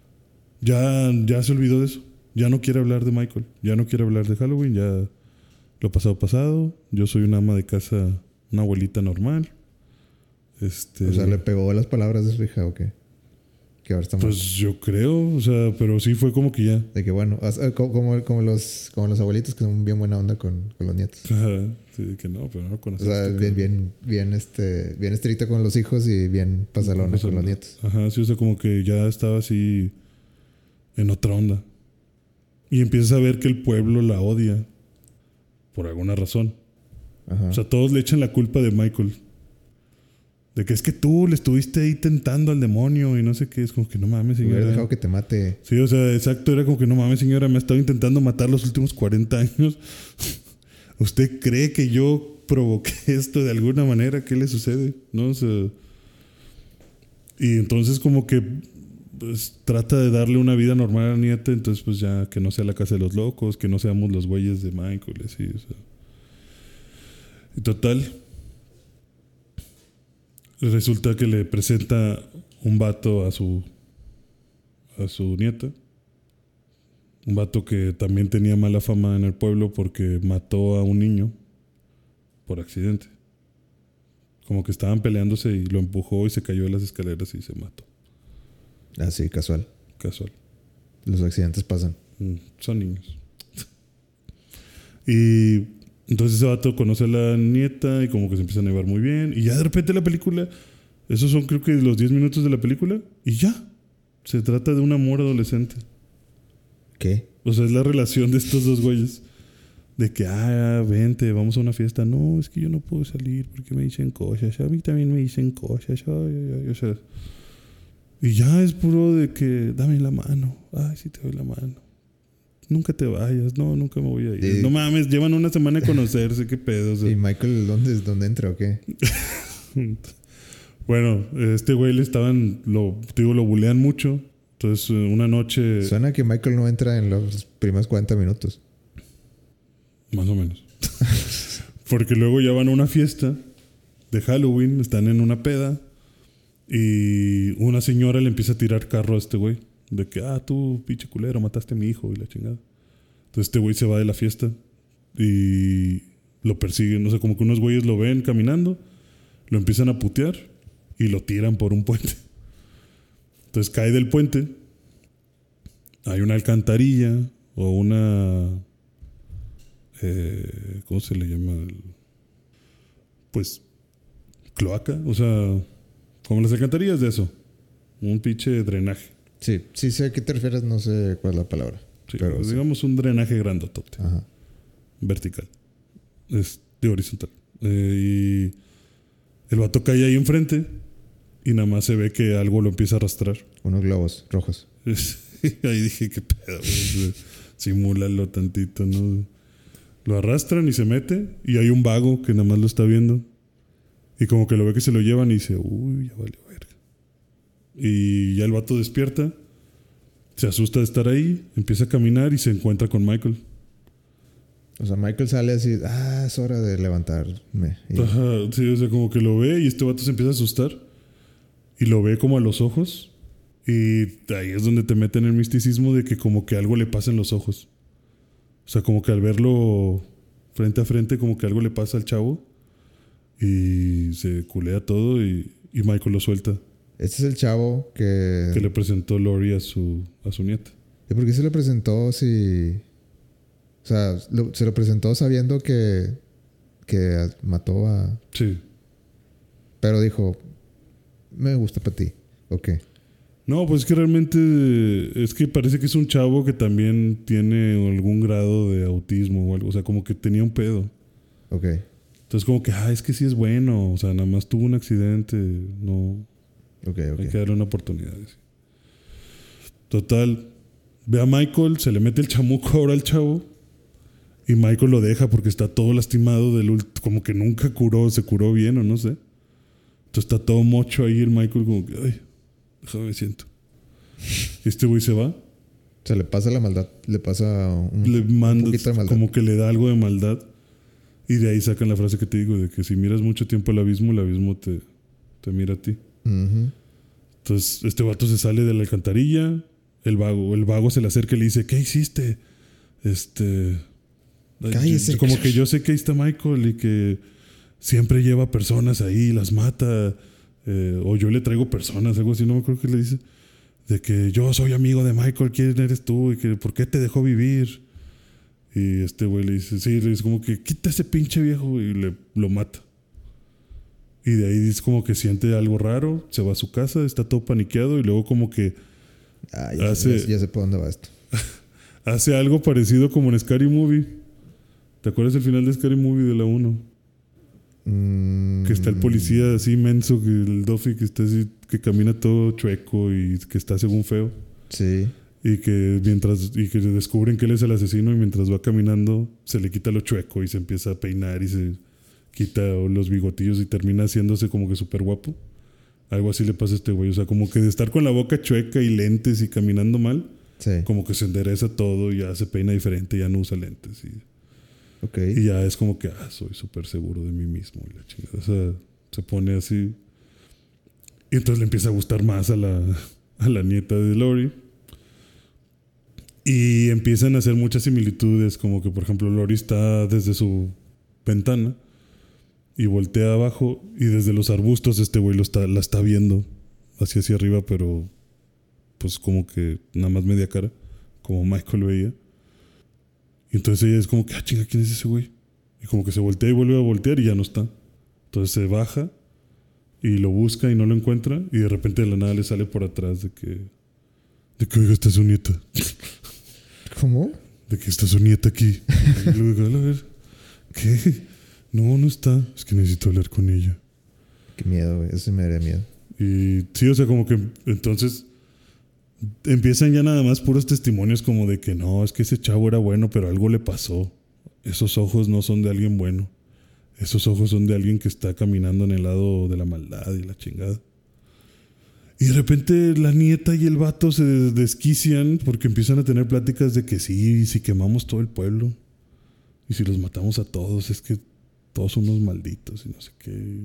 ya se olvidó de eso. Ya no quiere hablar de Michael. Ya no quiere hablar de Halloween. Ya lo pasado. Yo soy una ama de casa, una abuelita normal. O sea, ¿le pegó las palabras de su hija o qué? Que ahora está pues yo creo, o sea, pero sí fue como que ya. De que bueno, como los abuelitos que son bien buena onda con los nietos. Ajá, sí, que no, pero no conoces. O sea, bien estricto con los hijos y bien pasalona con los nietos. Ajá, sí, o sea, como que ya estaba así en otra onda. Y empiezas a ver que el pueblo la odia por alguna razón. Ajá. O sea, todos le echan la culpa de Michael. De que es que tú le estuviste ahí tentando al demonio y no sé qué. Es como que no mames, señora. Hubiera dejado que te mate. Sí, o sea, exacto. Era como que no mames, señora. Me ha estado intentando matar los últimos 40 años. ¿Usted cree que yo provoqué esto de alguna manera? ¿Qué le sucede? ¿No? O sea, y entonces como que pues, trata de darle una vida normal a la nieta. Entonces pues ya que no sea la casa de los locos. Que no seamos los güeyes de Michael. Así, o sea. Y total... Resulta que le presenta un vato a su nieta. Un vato que también tenía mala fama en el pueblo porque mató a un niño por accidente. Como que estaban peleándose y lo empujó y se cayó de las escaleras y se mató. Así, casual. Casual. Los accidentes pasan. Son niños. Y... entonces ese vato conoce a la nieta y como que se empiezan a llevar muy bien. Y ya de repente la película, esos son creo que los 10 minutos de la película. Y ya, se trata de un amor adolescente. ¿Qué? O sea, es la relación de estos dos güeyes. De que, vente, vamos a una fiesta. No, es que yo no puedo salir porque me dicen cosas. A mí también me dicen cosas. O sea, Y ya es puro de que dame la mano. Ay, sí te doy la mano. Nunca te vayas. No, nunca me voy a ir. No mames, llevan una semana de conocerse. ¿Qué pedo? O sea. ¿Y Michael dónde entra o qué? Bueno, este güey lo bulean mucho. Entonces, una noche... Suena que Michael no entra en los primeros 40 minutos. Más o menos. Porque luego ya van a una fiesta de Halloween. Están en una peda. Y una señora le empieza a tirar carro a este güey. De que, tú, pinche culero, mataste a mi hijo y la chingada. Entonces este güey se va de la fiesta y lo persiguen. O sea, como que unos güeyes lo ven caminando, lo empiezan a putear y lo tiran por un puente. Entonces cae del puente. Hay una alcantarilla o una... ¿cómo se le llama? Pues cloaca. O sea, como las alcantarillas de eso. Un pinche drenaje. Sí sé a qué te refieres, no sé cuál es la palabra. Sí, pero pues digamos un drenaje grandotote. Ajá. Vertical. Es de horizontal. Y el vato cae ahí enfrente y nada más se ve que algo lo empieza a arrastrar. Unos globos rojos. Ahí dije, qué pedo. Simúlalo tantito, ¿no? Lo arrastran y se mete y hay un vago que nada más lo está viendo. Y como que lo ve que se lo llevan y dice, uy, ya valió verga. Y ya el vato despierta, se asusta de estar ahí, empieza a caminar y se encuentra con Michael. O sea, Michael sale así, es hora de levantarme. Ajá, sí, o sea, como que lo ve y este vato se empieza a asustar. Y lo ve como a los ojos. Y ahí es donde te meten el misticismo de que como que algo le pasa en los ojos. O sea, como que al verlo frente a frente, como que algo le pasa al chavo. Y se culea todo y Michael lo suelta. Este es el chavo que le presentó Lori a su nieta. ¿Y por qué se lo presentó si... O sea, se lo presentó sabiendo que mató a... Sí. Pero dijo, me gusta para ti. ¿Ok? No, pues es que realmente... Es que parece que es un chavo que también tiene algún grado de autismo o algo. O sea, como que tenía un pedo. Ok. Entonces como que, es que sí es bueno. O sea, nada más tuvo un accidente. No... Okay. Hay que darle una oportunidad. Total, ve a Michael, se le mete el chamuco ahora al chavo y Michael lo deja porque está todo lastimado como que nunca se curó bien o no sé. Entonces está todo mocho ahí el Michael como que, déjame me siento. Y este güey se va. O sea, le pasa la maldad, le pasa un poquito de maldad. Como que le da algo de maldad y de ahí sacan la frase que te digo de que si miras mucho tiempo el abismo te mira a ti. Uh-huh. Entonces este vato se sale de la alcantarilla. El vago se le acerca y le dice, ¿qué hiciste? Cállese. Como que yo sé que ahí está Michael y que siempre lleva personas ahí, las mata, o yo le traigo personas, algo así, no me acuerdo qué le dice, de que yo soy amigo de Michael, ¿quién eres tú? Y que ¿por qué te dejó vivir? Y este güey le dice como que quita ese pinche viejo y lo mata. Y de ahí es como que siente algo raro, se va a su casa, está todo paniqueado y luego como que ya sé por dónde va esto. Hace algo parecido como en Scary Movie. ¿Te acuerdas el final de Scary Movie de la 1? Que está el policía así menso, que el Duffy que está así, que camina todo chueco y que está según feo. Sí. Y que descubren que él es el asesino y mientras va caminando se le quita lo chueco y se empieza a peinar y se quita los bigotillos y termina haciéndose como que súper guapo. Algo así le pasa a este güey. O sea, como que de estar con la boca chueca y lentes y caminando mal, sí. Como que se endereza todo y ya se peina diferente, ya no usa lentes. Okay. Y ya es como que, soy súper seguro de mí mismo. Y la chingada. O sea, se pone así. Y entonces le empieza a gustar más a la nieta de Lori. Y empiezan a hacer muchas similitudes, como que, por ejemplo, Lori está desde su ventana y voltea abajo y desde los arbustos este güey la está viendo hacia arriba, pero pues como que nada más media cara, como Michael veía. Y entonces ella es como que, chinga, ¿quién es ese güey? Y como que se voltea y vuelve a voltear y ya no está. Entonces se baja y lo busca y no lo encuentra y de repente de la nada le sale por atrás de que oiga, está su nieta. ¿Cómo? De que está su nieta aquí. Y luego, a ver, ¿qué? No está. Es que necesito hablar con ella. Qué miedo, güey. Eso sí me daría miedo. Y sí, o sea, como que entonces empiezan ya nada más puros testimonios como de que no, es que ese chavo era bueno, pero algo le pasó. Esos ojos no son de alguien bueno. Esos ojos son de alguien que está caminando en el lado de la maldad y la chingada. Y de repente la nieta y el vato se desquician porque empiezan a tener pláticas de que sí, si quemamos todo el pueblo y si los matamos a todos, es que todos son unos malditos y no sé qué.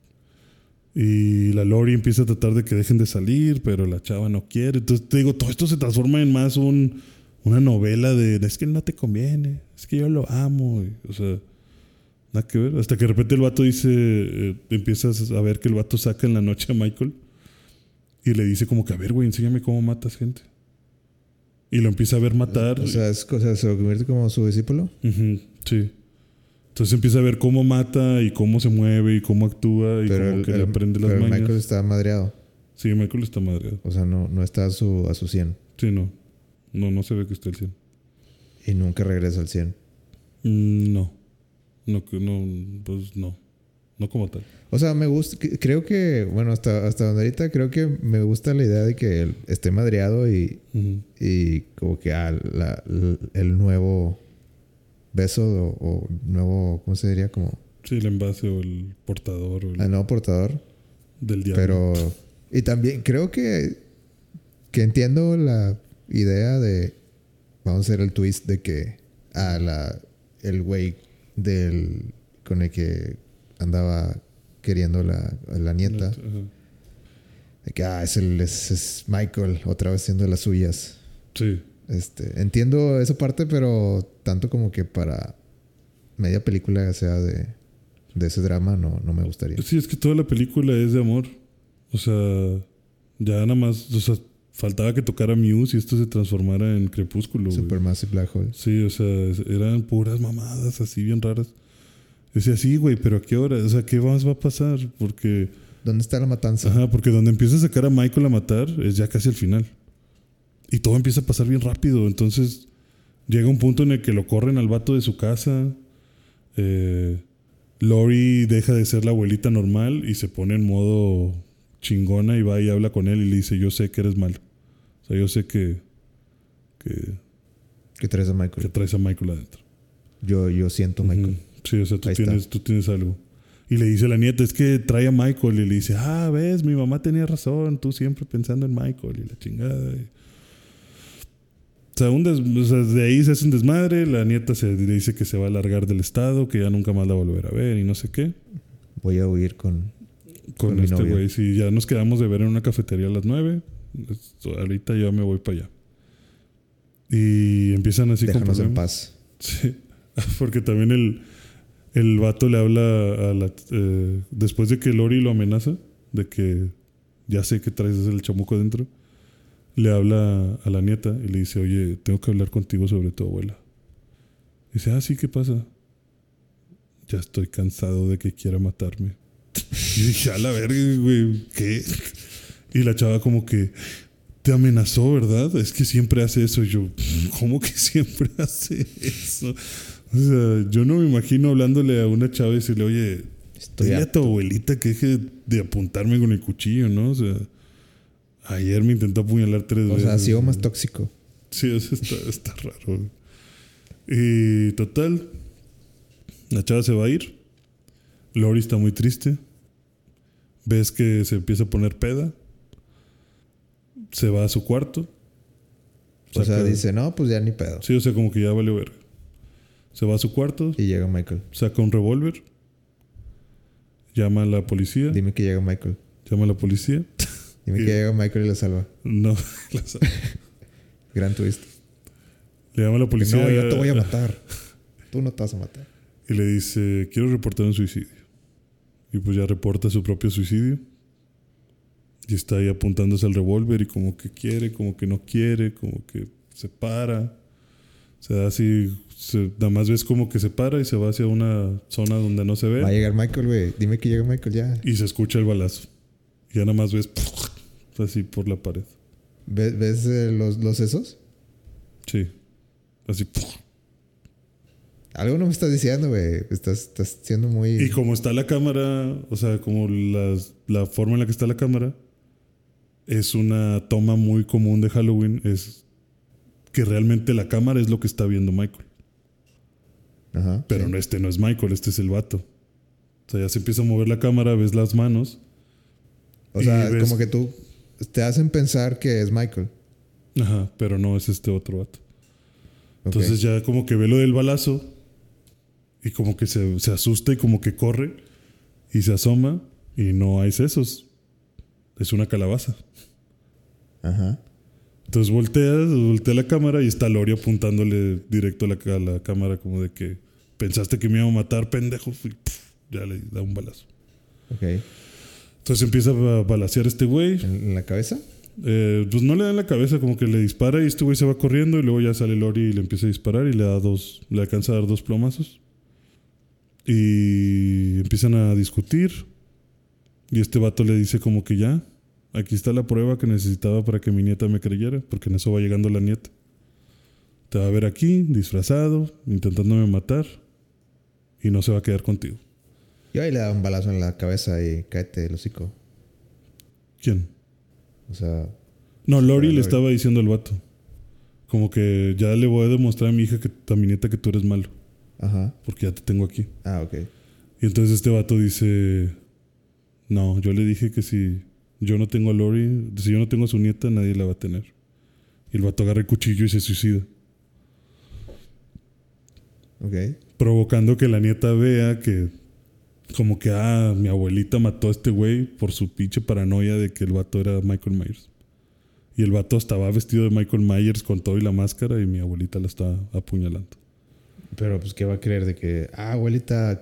Y la Lori empieza a tratar de que dejen de salir, pero la chava no quiere. Entonces te digo, todo esto se transforma en más una novela de es que no te conviene, es que yo lo amo. O sea, nada que ver. Hasta que de repente el vato dice, empiezas a ver que el vato saca en la noche a Michael y le dice como que, a ver, güey, enséñame cómo matas gente. Y lo empieza a ver matar. O sea, se lo convierte como su discípulo. Uh-huh, sí. Entonces empieza a ver cómo mata y cómo se mueve y cómo actúa y pero cómo que le aprende las mañas. Michael está madreado. Sí, Michael está madreado. O sea, no está a su 100. Sí, no. No se ve que esté al 100. Y nunca regresa al 100. No, pues no. No como tal. O sea, me gusta, creo que, bueno, hasta donde ahorita creo que me gusta la idea de que él esté madreado y como que el nuevo beso o nuevo, ¿cómo se diría? Como sí, el envase o el portador. O el nuevo portador. Del diablo. Pero, y también creo que entiendo la idea de, vamos a hacer el twist de que el güey con el que andaba queriendo la nieta. De que, es Michael otra vez siendo las suyas. Sí. Entiendo esa parte, pero tanto como que para media película sea de ese drama, no me gustaría. Sí, es que toda la película es de amor. O sea, ya nada más, o sea, faltaba que tocara Muse y esto se transformara en Crepúsculo. Supermassive Black Hole. Sí, o sea, eran puras mamadas así bien raras. Decía, sí, güey, pero ¿a qué hora? O sea, ¿qué más va a pasar? Porque... ¿Dónde está la matanza? Ajá, porque donde empieza a sacar a Michael a matar es ya casi al final. Y todo empieza a pasar bien rápido. Entonces llega un punto en el que lo corren al vato de su casa. Lori deja de ser la abuelita normal y se pone en modo chingona y va y habla con él y le dice, yo sé que eres malo. O sea, yo sé que traes a Michael. Que traes a Michael adentro. Yo siento Michael. Sí, o sea, tú tienes algo. Y le dice a la nieta, es que trae a Michael. Y le dice, ves, mi mamá tenía razón. Tú siempre pensando en Michael y la chingada. O sea, de ahí se hace un desmadre. La nieta le dice que se va a largar del estado, que ya nunca más la volverá a ver y no sé qué. Voy a huir con este güey. Sí, ya nos quedamos de ver en una cafetería a las 9. Ahorita ya me voy para allá. Y empiezan así con problemas. Déjanos en paz. Sí, porque también el vato le habla después de que Lori lo amenaza, de que ya sé que traes el chamuco adentro, le habla a la nieta y le dice, oye, tengo que hablar contigo sobre tu abuela. Y dice, sí, ¿qué pasa? Ya estoy cansado de que quiera matarme. Y dije, a la verga, güey, ¿qué? Y la chava como que, te amenazó, ¿verdad? Es que siempre hace eso. Y yo, ¿cómo que siempre hace eso? O sea, yo no me imagino hablándole a una chava y decirle, oye, dile a tu abuelita que deje de apuntarme con el cuchillo, ¿no? O sea, ayer me intentó apuñalar 3 veces. O sea, ha sido más tóxico. Sí, eso está raro. Y total, la chava se va a ir. Lori está muy triste. Ves que se empieza a poner peda. Se va a su cuarto. O sea, dice, no, pues ya ni pedo. Sí, o sea, como que ya vale verga. Se va a su cuarto. Y llega Michael. Saca un revólver. Llama a la policía. Dime que llega Michael. Llama a la policía. Dime que llega Michael y la salva. No, la salva. Gran twist. Le llama a la policía. No, yo te voy a matar. Tú no te vas a matar. Y le dice, quiero reportar un suicidio. Y pues ya reporta su propio suicidio. Y está ahí apuntándose al revólver y como que quiere, como que no quiere, como que se para. O sea, así, nada más ves como que se para y se va hacia una zona donde no se ve. Va a llegar Michael, güey. Dime que llega Michael ya. Y se escucha el balazo. Y ya nada más ves así por la pared. ¿Ves los sesos? Sí. Así. Algo no me estás diciendo, güey. Estás siendo muy... Y como está la cámara, o sea, como la forma en la que está la cámara, es una toma muy común de Halloween, es que realmente la cámara es lo que está viendo Michael. Ajá. Pero sí. no, este no es Michael, este es el vato. O sea, ya se empieza a mover la cámara, ves las manos. O y sea, ves- como que tú te hacen pensar que es Michael. Ajá, pero no es este otro vato. Ok. Entonces ya como que ve lo del balazo y como que se asusta y como que corre y se asoma y no hay sesos. Es una calabaza. Ajá. Entonces voltea la cámara y está Lori apuntándole directo a la cámara como de que pensaste que me iba a matar, pendejo. Y ya le da un balazo. Ok. Entonces empieza a balacear este güey. ¿En la cabeza? Pues no le da en la cabeza, como que le dispara y este güey se va corriendo y luego ya sale Lori y le empieza a disparar y le alcanza a dar 2 plomazos. Y empiezan a discutir y este vato le dice como que ya, aquí está la prueba que necesitaba para que mi nieta me creyera, porque en eso va llegando la nieta. Te va a ver aquí, disfrazado, intentándome matar y no se va a quedar contigo. Y ahí le da un balazo en la cabeza y cáete el hocico. ¿Quién? O sea, No, Lori le Lori. estaba diciendo al vato. Como que ya le voy a demostrar a mi hija, a mi nieta, que tú eres malo. ajá. Porque ya te tengo aquí. Ah, ok. Y entonces este vato dice... No, yo le dije que si yo no tengo a Lori, si yo no tengo a su nieta, nadie la va a tener. Y el vato agarra el cuchillo y se suicida. Ok. Provocando que la nieta vea que... Como que, mi abuelita mató a este güey por su pinche paranoia de que el vato era Michael Myers. Y el vato estaba vestido de Michael Myers con todo y la máscara y mi abuelita la está apuñalando. Pero pues, ¿qué va a creer de que, abuelita,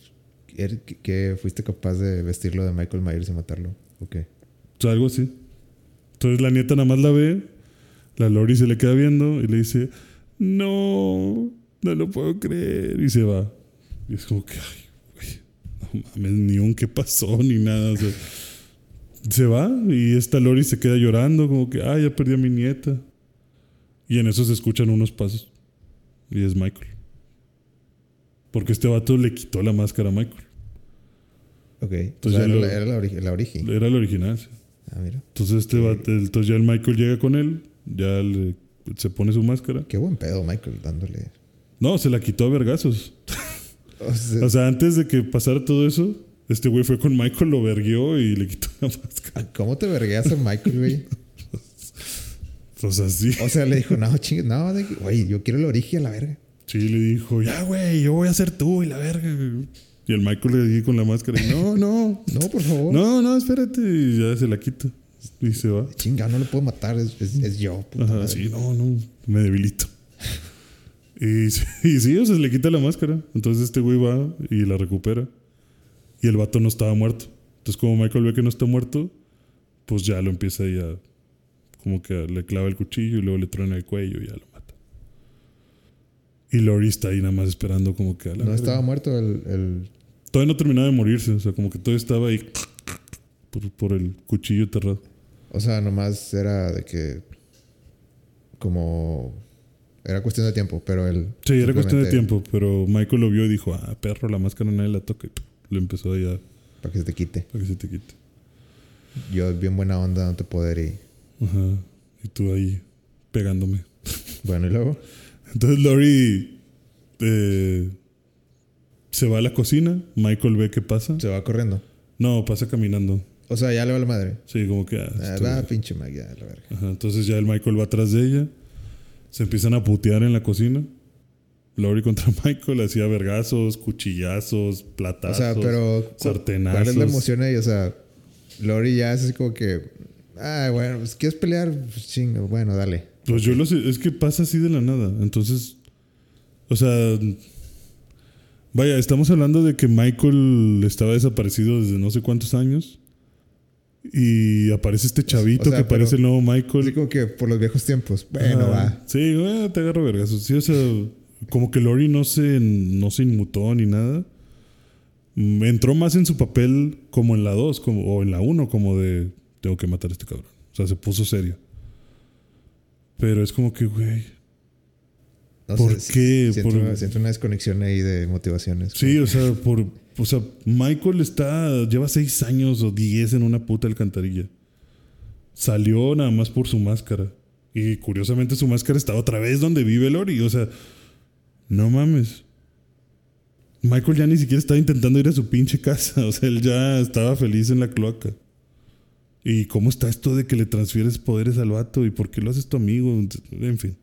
que fuiste capaz de vestirlo de Michael Myers y matarlo? Ok. O sea, algo así. Entonces la nieta nada más la ve, la Lori se le queda viendo y le dice, no lo puedo creer. Y se va. Y es como que, ay, güey, no mames, ni un qué pasó, ni nada. O sea, se va y esta Lori se queda llorando, como que, ya perdí a mi nieta. Y en eso se escuchan unos pasos. Y es Michael. Porque este vato le quitó la máscara a Michael. Ok. Entonces o sea, ya era la origen. Era el original, sí. Ah, mira. Entonces entonces ya el Michael llega con él, ya se pone su máscara. Qué buen pedo, Michael, dándole. No, se la quitó a vergazos. O O sea, antes de que pasara todo eso, este güey fue con Michael, lo verguió y le quitó la máscara. ¿Cómo te vergueas a Michael, güey? Pues así. O sea, le dijo, no, chingue, no, güey, yo quiero el origen a la verga. Sí, le dijo, ya güey, yo voy a ser tú y la verga. Y el Michael le dijo con la máscara, y, no, No, por favor. no, espérate. Y ya se la quita. Y se va. Chinga, no lo puedo matar, es yo. Puta Ajá, madre. sí, no, me debilito. y sí, o sea, se le quita la máscara. Entonces este güey va y la recupera. Y el vato no estaba muerto. Entonces como Michael ve que no está muerto, pues ya lo empieza ahí a... Como que le clava el cuchillo y luego le truena el cuello y ya lo mata. Y Lori está ahí nada más esperando como que... No estaba muerto el... Todavía no terminaba de morirse. O sea, como que todavía estaba ahí por el cuchillo enterrado. O sea, nomás era de que... Como... Era cuestión de tiempo, pero él... Sí, era cuestión de simplemente tiempo. Pero Michael lo vio y dijo, perro, la máscara nadie la toca. Y lo empezó ahí Para que se te quite. para que se te quite. Yo bien buena onda, dándote poder y... Ajá. Y tú ahí pegándome. Bueno, y luego... Entonces Lori se va a la cocina. Michael ve qué pasa. Se va corriendo. No, pasa caminando. O sea, ya le va la madre. Sí, como que... Va, pinche Mac, ya, la verga. Ajá. Entonces ya el Michael va atrás de ella. Se empiezan a putear en la cocina. Lori contra Michael hacía vergazos, cuchillazos, platazos, O sea, pero... sartenazos. ¿Cuál es la emoción ahí? O sea, Lori ya es así como que... bueno, pues ¿quieres pelear? Pues chingo, bueno, dale. Pues yo lo sé, es que pasa así de la nada. Entonces, o sea, vaya, estamos hablando de que Michael estaba desaparecido desde no sé cuántos años. Y aparece este chavito O sea, que parece el nuevo Así Michael. como que por los viejos tiempos. Bueno, va. Sí, te agarro vergazos. Sí, o sea, como que Lori no se inmutó ni nada. Entró más en su papel como en la 2 o en la 1, como de tengo que matar a este cabrón. O sea, se puso serio. Pero es como que, güey. No ¿Por sé, qué? Siento una desconexión ahí de motivaciones. Sí, o sea, Michael lleva 6 años o 10 en una puta alcantarilla. Salió nada más por su máscara. Y curiosamente su máscara está otra vez donde vive Lori. O sea, no mames. Michael ya ni siquiera estaba intentando ir a su pinche casa. O sea, él ya estaba feliz en la cloaca. ¿Y cómo está esto de que le transfieres poderes al vato? ¿Y por qué lo haces tu amigo? En fin.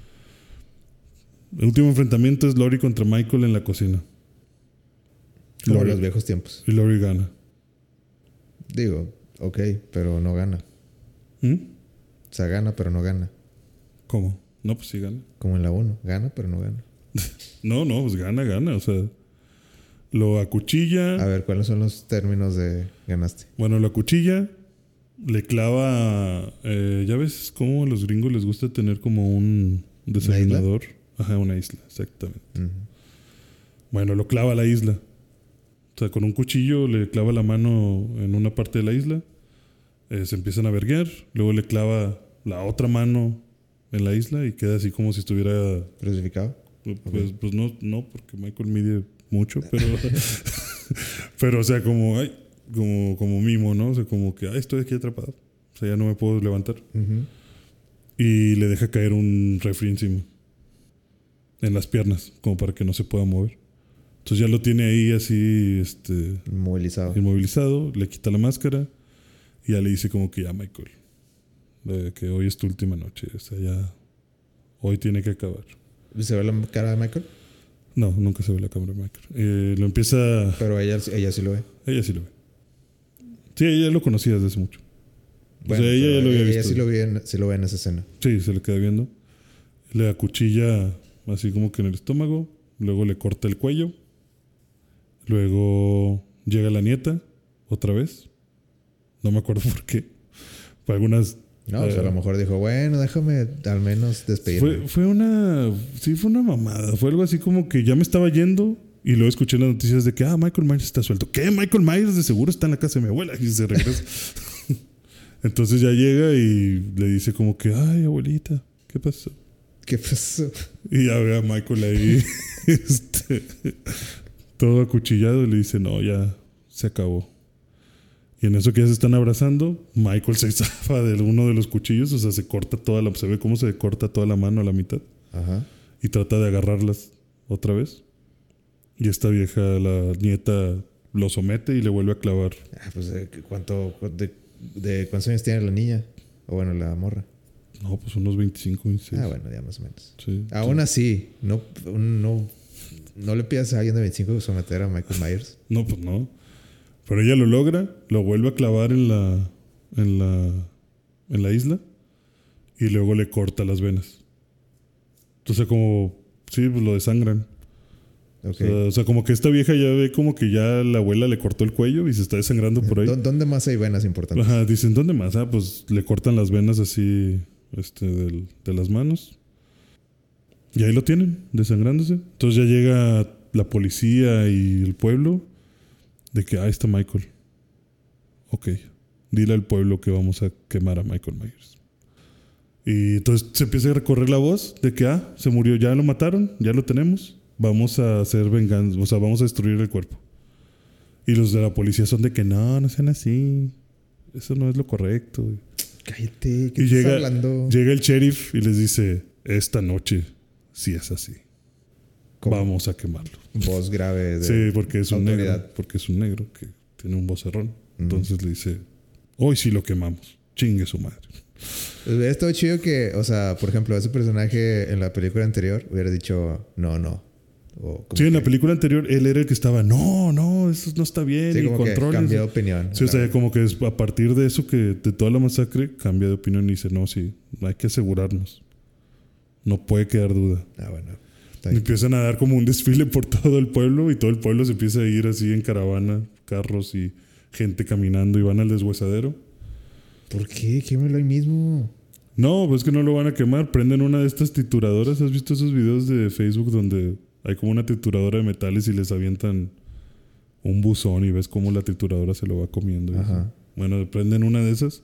El último enfrentamiento es Lori contra Michael en la cocina. Como en los viejos tiempos. Y Lori gana. Digo, ok, pero no gana. ¿Mm? O sea, gana, pero no gana. ¿Cómo? No, pues sí gana. Como en la 1. Gana, pero no gana. No, pues gana. O sea, lo acuchilla. A ver, ¿cuáles son los términos de ganaste? Bueno, lo acuchilla. Le clava... ¿ya ves cómo a los gringos les gusta tener como un desayunador? Ajá, una isla, exactamente. Uh-huh. Bueno, lo clava a la isla. O sea, con un cuchillo le clava la mano en una parte de la isla. Se empiezan a verguear. Luego le clava la otra mano en la isla y queda así como si estuviera... ¿Crucificado? Pues no, porque Michael mide mucho, pero... pero, o sea, como mimo, ¿no? O sea, como que, estoy aquí atrapado. O sea, ya no me puedo levantar. Uh-huh. Y le deja caer un refri encima. En las piernas, como para que no se pueda mover. Entonces ya lo tiene ahí así, inmovilizado. Le quita la máscara y ya le dice como que ya, Michael, que hoy es tu última noche. O sea, ya hoy tiene que acabar. ¿Se ve la cara de Michael? No, nunca se ve la cámara de Michael. Lo empieza... Pero ella sí lo ve. Ella sí lo ve. Sí, ella lo conocía desde hace mucho. Bueno, o sea, ella ya lo había visto. Ella sí lo ve en esa escena. Sí, se le queda viendo. Le acuchilla así como que en el estómago. Luego le corta el cuello. Luego llega la nieta otra vez. No me acuerdo por qué. Por algunas... No, o sea, a lo mejor dijo, bueno, déjame al menos despedirme. Fue una mamada. Fue algo así como que ya me estaba yendo y luego escuché las noticias de que, Michael Myers está suelto. ¿Qué? Michael Myers de seguro está en la casa de mi abuela y se regresa. Entonces ya llega y le dice como que, ay, abuelita, ¿qué pasó? ¿Qué pasó? Y ya ve a Michael ahí todo acuchillado y le dice, no, ya se acabó. Y en eso que ya se están abrazando, Michael se zafa de uno de los cuchillos, o sea, se ve cómo se corta toda la mano a la mitad. Ajá. Y trata de agarrarlas otra vez. Y esta vieja, la nieta, lo somete y le vuelve a clavar. Pues, ¿cuántos años tiene la niña? O bueno, la morra. No, pues unos 25, 26. Bueno, ya más o menos. Sí, Aún así, no le pidas a alguien de 25 someter a Michael Myers. No, pues no. Pero ella lo logra, lo vuelve a clavar en la isla y luego le corta las venas. Entonces como, sí, pues lo desangran. Okay. O sea, como que esta vieja ya ve como que ya la abuela le cortó el cuello y se está desangrando por ahí. ¿Dónde más hay venas importantes? Ajá, dicen, ¿dónde más? Pues le cortan las venas así de las manos. Y ahí lo tienen, desangrándose. Entonces ya llega la policía y el pueblo. De que, está Michael. Ok. Dile al pueblo que vamos a quemar a Michael Myers. Y entonces se empieza a recorrer la voz de que, se murió, ya lo mataron, ya lo tenemos. Vamos a hacer venganza, o sea, vamos a destruir el cuerpo. Y los de la policía son de que, no sean así. Eso no es lo correcto. Cállate, ¿qué estás hablando? Llega el sheriff y les dice, esta noche sí es así. ¿Cómo? Vamos a quemarlo. Voz grave de sí, porque es un autoridad. negro. Porque es un negro que tiene un vocerrón. Entonces le dice, hoy sí lo quemamos. Chingue su madre. Hubiera estado chido que, o sea, por ejemplo, ese personaje en la película anterior hubiera dicho, no. Sí, en la película anterior él era el que estaba, no, eso no está bien. Sí, y como controles. Que cambió de opinión. Sí, o sea, como que a partir de eso, que de toda la masacre, cambia de opinión y dice, no, sí, hay que asegurarnos. No puede quedar duda. Bueno. Empiezan a dar como un desfile por todo el pueblo y todo el pueblo se empieza a ir así en caravana, carros y gente caminando y van al deshuesadero. ¿Por qué? Quémelo ahí mismo. No, pues que no lo van a quemar. Prenden una de estas trituradoras. ¿Has visto esos videos de Facebook donde hay como una trituradora de metales y les avientan un buzón y ves cómo la trituradora se lo va comiendo? Ajá. Bueno, prenden una de esas.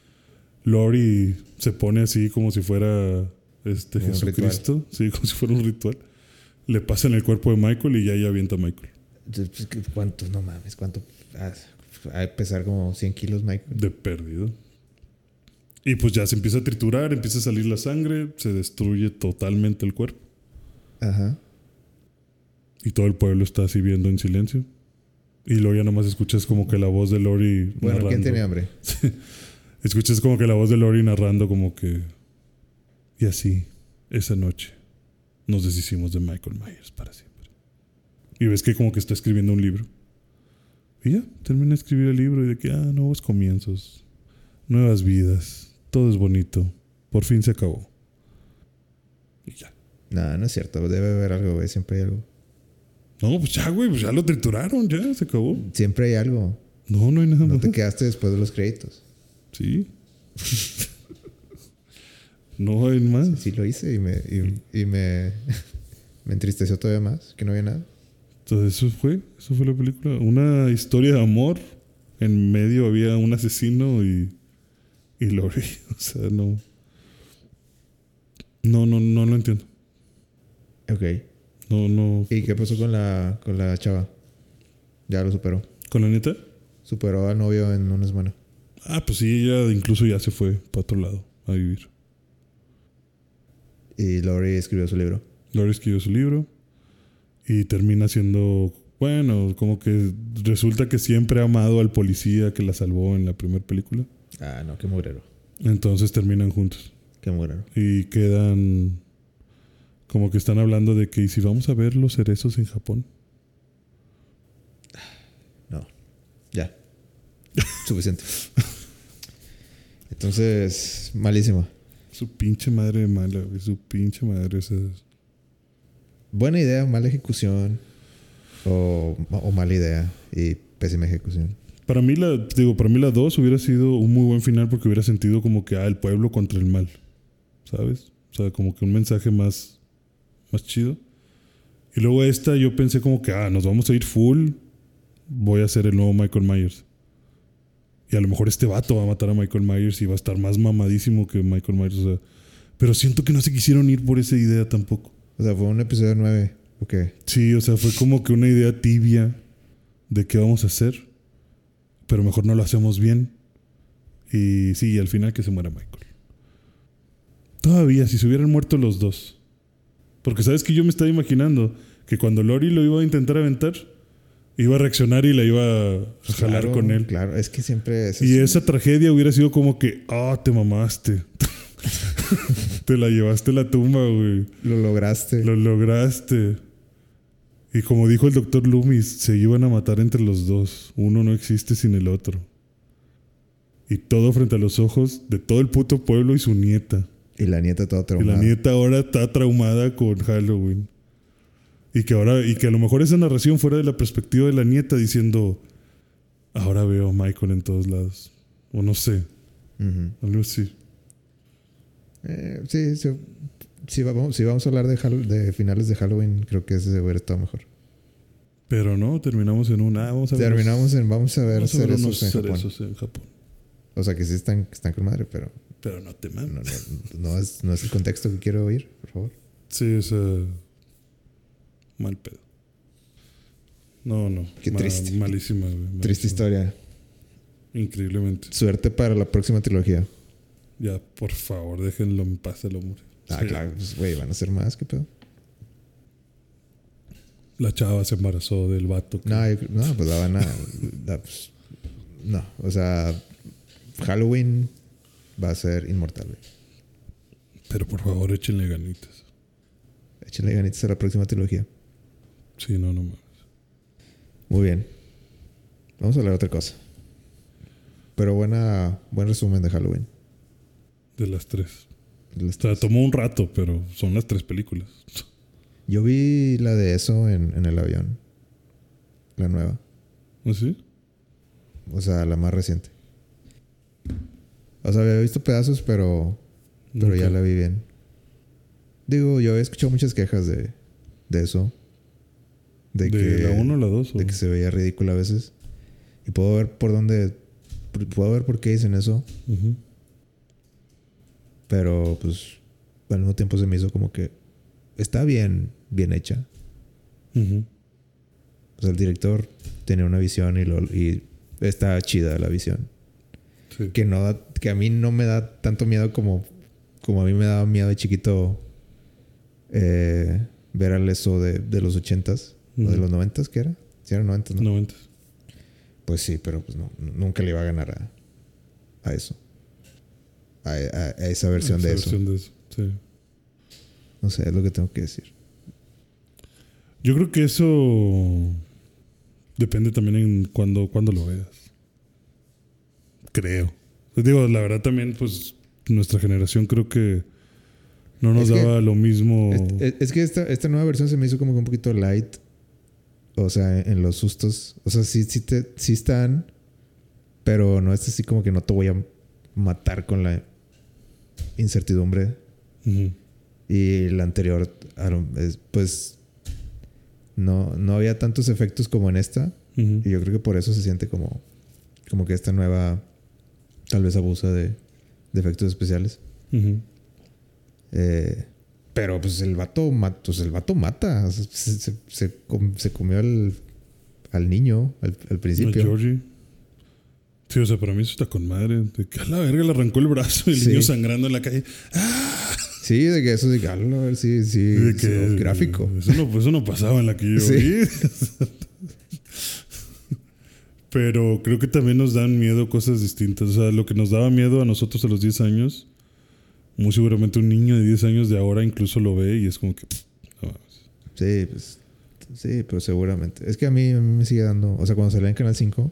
Lori se pone así como si fuera Jesucristo. Sí, como si fuera un ritual. Le pasan el cuerpo de Michael y ya avienta a Michael. ¿Cuánto? No mames, ¿cuánto? Ha de pesar como 100 kilos, Michael. De perdido. Y pues ya se empieza a triturar, empieza a salir la sangre, se destruye totalmente el cuerpo. Ajá. Y todo el pueblo está así viendo en silencio. Y luego ya nomás escuchas como que la voz de Lori Bueno, narrando. ¿quién tiene hambre? Escuchas como que la voz de Lori narrando como que... Y así, esa noche, nos deshicimos de Michael Myers para siempre. Y ves que como que está escribiendo un libro. Y ya, termina de escribir el libro y de que, nuevos comienzos, nuevas vidas, todo es bonito. Por fin se acabó. Y ya. No, no es cierto. Debe haber algo, güey. Siempre hay algo. No, pues ya, güey, pues ya lo trituraron, ya, se acabó. Siempre hay algo. No, no hay nada No más. te quedaste después de los créditos. Sí. No hay más. Sí lo hice y me entristeció todavía más, que no había nada. Entonces eso fue la película. Una historia de amor. En medio había un asesino y Lori. O sea, no lo entiendo. Ok. No. ¿Y qué pasó con la chava? Ya lo superó. ¿Con la neta? Superó al novio en una semana. Pues sí, ella incluso ya se fue para otro lado a vivir. Y Lori escribió su libro. Lori escribió su libro y termina siendo, bueno, como que resulta que siempre ha amado al policía que la salvó en la primera película. No, qué mugrero. Entonces terminan juntos. Qué mugrero. Y quedan como que están hablando de que ¿y si vamos a ver los cerezos en Japón? No. Ya. Suficiente. Entonces, malísimo. Su pinche madre mala, güey. Su pinche madre. Esa es... Buena idea, mala ejecución. O mala idea y pésima ejecución. Para mí la 2 hubiera sido un muy buen final porque hubiera sentido como que el pueblo contra el mal. ¿Sabes? O sea, como que un mensaje más chido. Y luego esta yo pensé como que nos vamos a ir full. Voy a ser el nuevo Michael Myers. Y a lo mejor este vato va a matar a Michael Myers y va a estar más mamadísimo que Michael Myers. O sea, pero siento que no se quisieron ir por esa idea tampoco. O sea, fue un episodio 9. ¿O qué? Sí, o sea, fue como que una idea tibia de qué vamos a hacer. Pero mejor no lo hacemos bien. Y sí, al final que se muera Michael. Todavía, si se hubieran muerto los dos. Porque sabes que yo me estaba imaginando que cuando Lori lo iba a intentar aventar, iba a reaccionar y la iba a jalar con él. Claro, es que siempre... Esa tragedia hubiera sido como que, te mamaste. Te la llevaste a la tumba, güey. Lo lograste. Lo lograste. Y como dijo el doctor Loomis, se iban a matar entre los dos. Uno no existe sin el otro. Y todo frente a los ojos de todo el puto pueblo y su nieta. Y la nieta toda traumada. Y la nieta ahora está traumada con Halloween. Y que a lo mejor esa narración fuera de la perspectiva de la nieta diciendo, ahora veo a Michael en todos lados. O no sé. Algo así. Si vamos a hablar de finales de Halloween, creo que ese hubiera estado mejor. Pero no, terminamos en vamos a ver cerezos en Japón. O sea que sí están con madre, pero no te mames. No es el contexto que quiero oír, por favor. Sí, es mal pedo. No. Qué triste. Malísima, güey. Triste historia. Increíblemente. Suerte para la próxima trilogía. Ya, por favor, déjenlo en paz el hombre. Sí. Claro, pues, güey, van a ser más, ¿qué pedo? La chava se embarazó del vato. Pues la van a... no, o sea, Halloween va a ser inmortal, güey. Pero por favor, échenle ganitas. Échenle ganitas a la próxima trilogía. Sí, no mames. Muy bien. Vamos a hablar de otra cosa. Pero buen resumen de Halloween. De las tres. O sea, tomó un rato, pero son las 3 películas. Yo vi la de eso en el avión. La nueva. ¿Ah, sí? O sea, la más reciente. O sea, había visto pedazos, pero okay. Ya la vi bien. Digo, yo había escuchado muchas quejas de eso. ¿De la 1 o la 2? De que se veía ridícula a veces. Y puedo ver por qué dicen eso. Uh-huh. Pero, pues, al mismo tiempo se me hizo como que está bien hecha. Uh-huh. O sea, el director tiene una visión y está chida la visión. Sí. Que que a mí no me da tanto miedo como a mí me daba miedo de chiquito ver al eso de los 80s o de los 90s, ¿qué era? Sí, eran 90s, ¿no? 90s. Pues sí, pero pues no, nunca le iba a ganar a eso. A esa versión de eso. Sí. No sé, es lo que tengo que decir. Yo creo que eso depende también en cuándo lo veas. Creo. Pues digo, la verdad también, pues, nuestra generación creo que no nos daba lo mismo. Es que esta nueva versión se me hizo como que un poquito light. O sea, en los sustos. O sea, sí están. Pero no es así como que no te voy a matar con la incertidumbre. Uh-huh. Y la anterior, pues, no había tantos efectos como en esta. Uh-huh. Y yo creo que por eso se siente como que esta nueva tal vez abusa de efectos especiales. Uh-huh. Pero pues el vato mata. O sea, se comió al niño al principio. A Georgie. Sí, o sea, para mí eso está con madre. De que a la verga le arrancó el brazo y el niño sangrando en la calle. ¡Ah! Sí, de que eso a ver, sí, de que es gráfico. Eso no pasaba en la que yo vi. Pero creo que también nos dan miedo cosas distintas. O sea, lo que nos daba miedo a nosotros a los 10 años, muy seguramente un niño de 10 años de ahora incluso lo ve y es como que... No. Sí, pues seguramente. Es que a mí me sigue dando... O sea, cuando salía en Canal 5,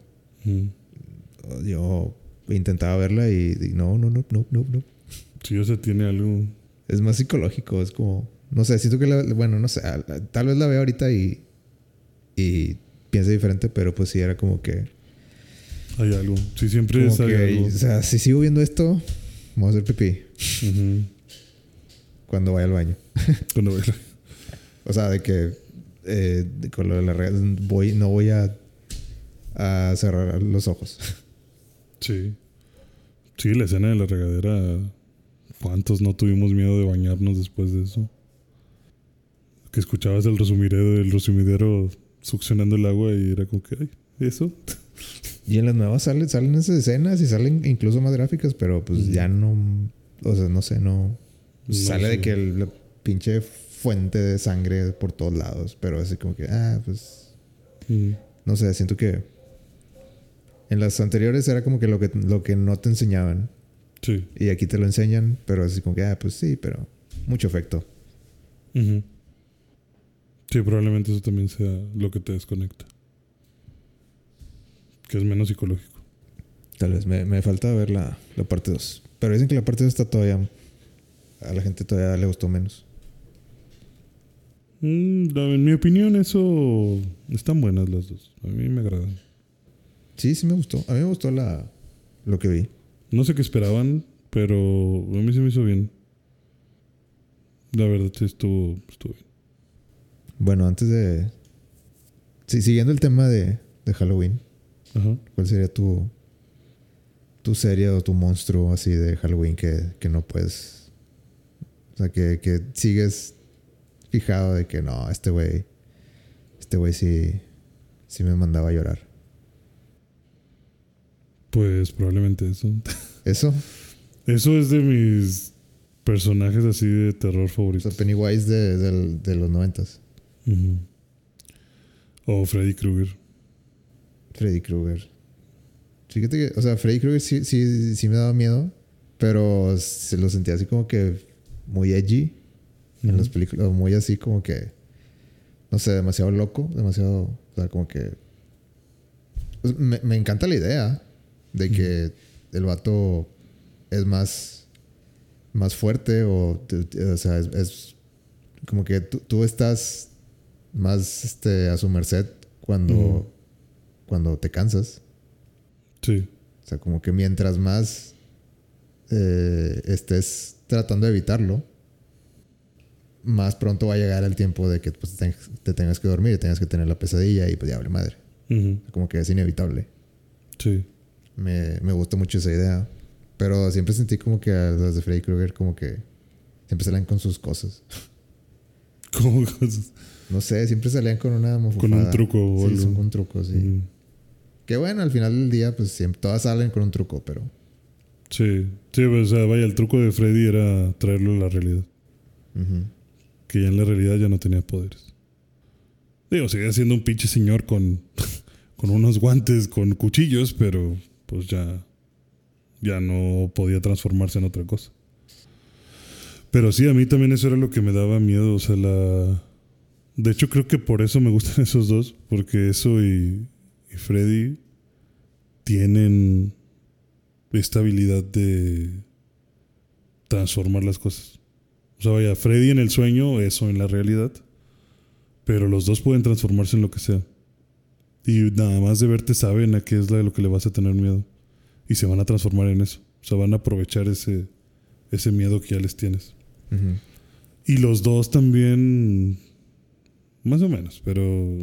yo intentaba verla y no. Sí, o sea, tiene algo... Es más psicológico, es como... No sé, siento que bueno, no sé. Tal vez la veo ahorita y piense diferente, pero pues sí era como que... Hay algo. Sí, siempre es algo. O sea, si sigo viendo esto, voy a hacer pipí. Uh-huh. Cuando vaya al baño. Cuando vaya. O sea, de que con lo de la regla no voy a cerrar los ojos. Sí. Sí, la escena de la regadera. ¿Cuántos no tuvimos miedo de bañarnos después de eso? Que escuchabas el resumidero succionando el agua y era como que, ay, ¿eso? Y en las nuevas salen esas escenas y salen incluso más gráficas, pero pues ya no... O sea, no sé, no sale de que la pinche fuente de sangre por todos lados, pero así como que, pues... No sé, siento que en las anteriores era como que lo que no te enseñaban. Sí. Y aquí te lo enseñan, pero así como que, pues sí, pero mucho efecto. Uh-huh. Sí, probablemente eso también sea lo que te desconecta. Que es menos psicológico. Tal vez me falta ver la parte 2. Pero dicen que la parte 2 está todavía... A la gente todavía le gustó menos. En mi opinión, eso... Están buenas las dos. A mí me agradan. Sí me gustó. A mí me gustó lo que vi. No sé qué esperaban, pero a mí se me hizo bien. La verdad sí estuvo bien. Bueno, antes de... Sí, siguiendo el tema de Halloween. Ajá. ¿Cuál sería tu serie o tu monstruo así de Halloween que no puedes... O sea, que sigues fijado de que no, este güey sí me mandaba a llorar? Pues probablemente eso. ¿Eso? Eso es de mis personajes así de terror O favoritos. sea, Pennywise de los 90s. Uh-huh. O Freddy Krueger. Freddy Krueger. Fíjate que, o sea, Freddy Krueger sí me daba miedo, pero se lo sentía así como que muy edgy en las películas, muy así como que, no sé, demasiado loco, demasiado, o sea, como que... Pues me encanta la idea de que el vato es más fuerte o sea, es como que tú estás más a su merced cuando te cansas. Sí. O sea, como que mientras más estés tratando de evitarlo, más pronto va a llegar el tiempo de que pues, te tengas que dormir y tengas que tener la pesadilla y pues ya vale madre. Uh-huh. Como que es inevitable. Sí. Me gusta mucho esa idea. Pero siempre sentí como que a las de Freddy Krueger como que siempre salían con sus cosas. ¿Cómo cosas? No sé, siempre salían con una mofufada. Con un truco o algo. Sí, con un truco, sí. Que bueno, al final del día pues siempre todas salen con un truco, pero... Sí, sí, pues, o sea, vaya, el truco de Freddy era traerlo a la realidad. Ujú. Que ya en la realidad ya no tenía poderes. Digo, seguía siendo un pinche señor con, con unos guantes, con cuchillos, pero pues ya no podía transformarse en otra cosa. Pero sí, a mí también eso era lo que me daba miedo. O sea, de hecho, creo que por eso me gustan esos dos. Porque eso y Freddy tienen esta habilidad de transformar las cosas. O sea, vaya, Freddy en el sueño, eso en la realidad. Pero los dos pueden transformarse en lo que sea. Y nada más de verte saben a qué es lo que le vas a tener miedo. Y se van a transformar en eso. O sea, van a aprovechar ese miedo que ya les tienes. Ujú. Y los dos también, más o menos, pero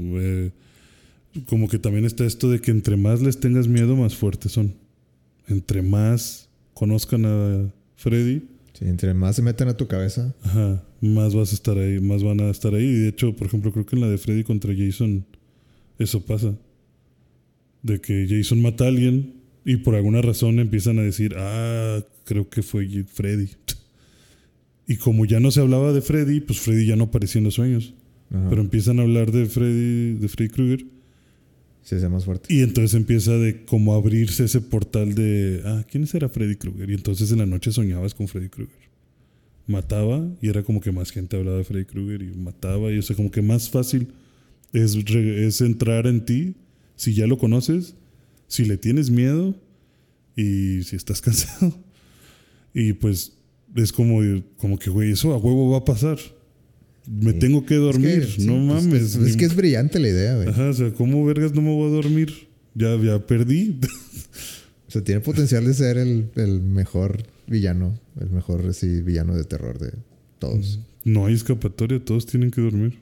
como que también está esto de que entre más les tengas miedo, más fuertes son. Entre más conozcan a Freddy, Sí, entre más se meten a tu cabeza. ajá, más vas a estar ahí, más van a estar ahí. Y de hecho, por ejemplo, creo que en la de Freddy contra Jason, eso pasa. De que Jason mata a alguien y por alguna razón empiezan a decir, creo que fue Freddy. Y como ya no se hablaba de Freddy, pues Freddy ya no aparecía en los sueños. Ajá. Pero empiezan a hablar de Freddy Krueger. Sí, sea más fuerte. Y entonces empieza de como abrirse ese portal de, ¿quién era Freddy Krueger? Y entonces en la noche soñabas con Freddy Krueger. Mataba y era como que más gente hablaba de Freddy Krueger y mataba. Y o sea, como que más fácil es entrar en ti si ya lo conoces, si le tienes miedo y si estás cansado. Y pues es como que, güey, eso a huevo va a pasar. Me Sí. tengo que dormir, Es que, no sí, pues, mames. es que es brillante la idea, güey. Ajá, o sea, ¿cómo vergas no me voy a dormir? Ya perdí. O sea, tiene potencial de ser el mejor villano. El mejor así, villano de terror de todos. No hay escapatoria, todos tienen que dormir.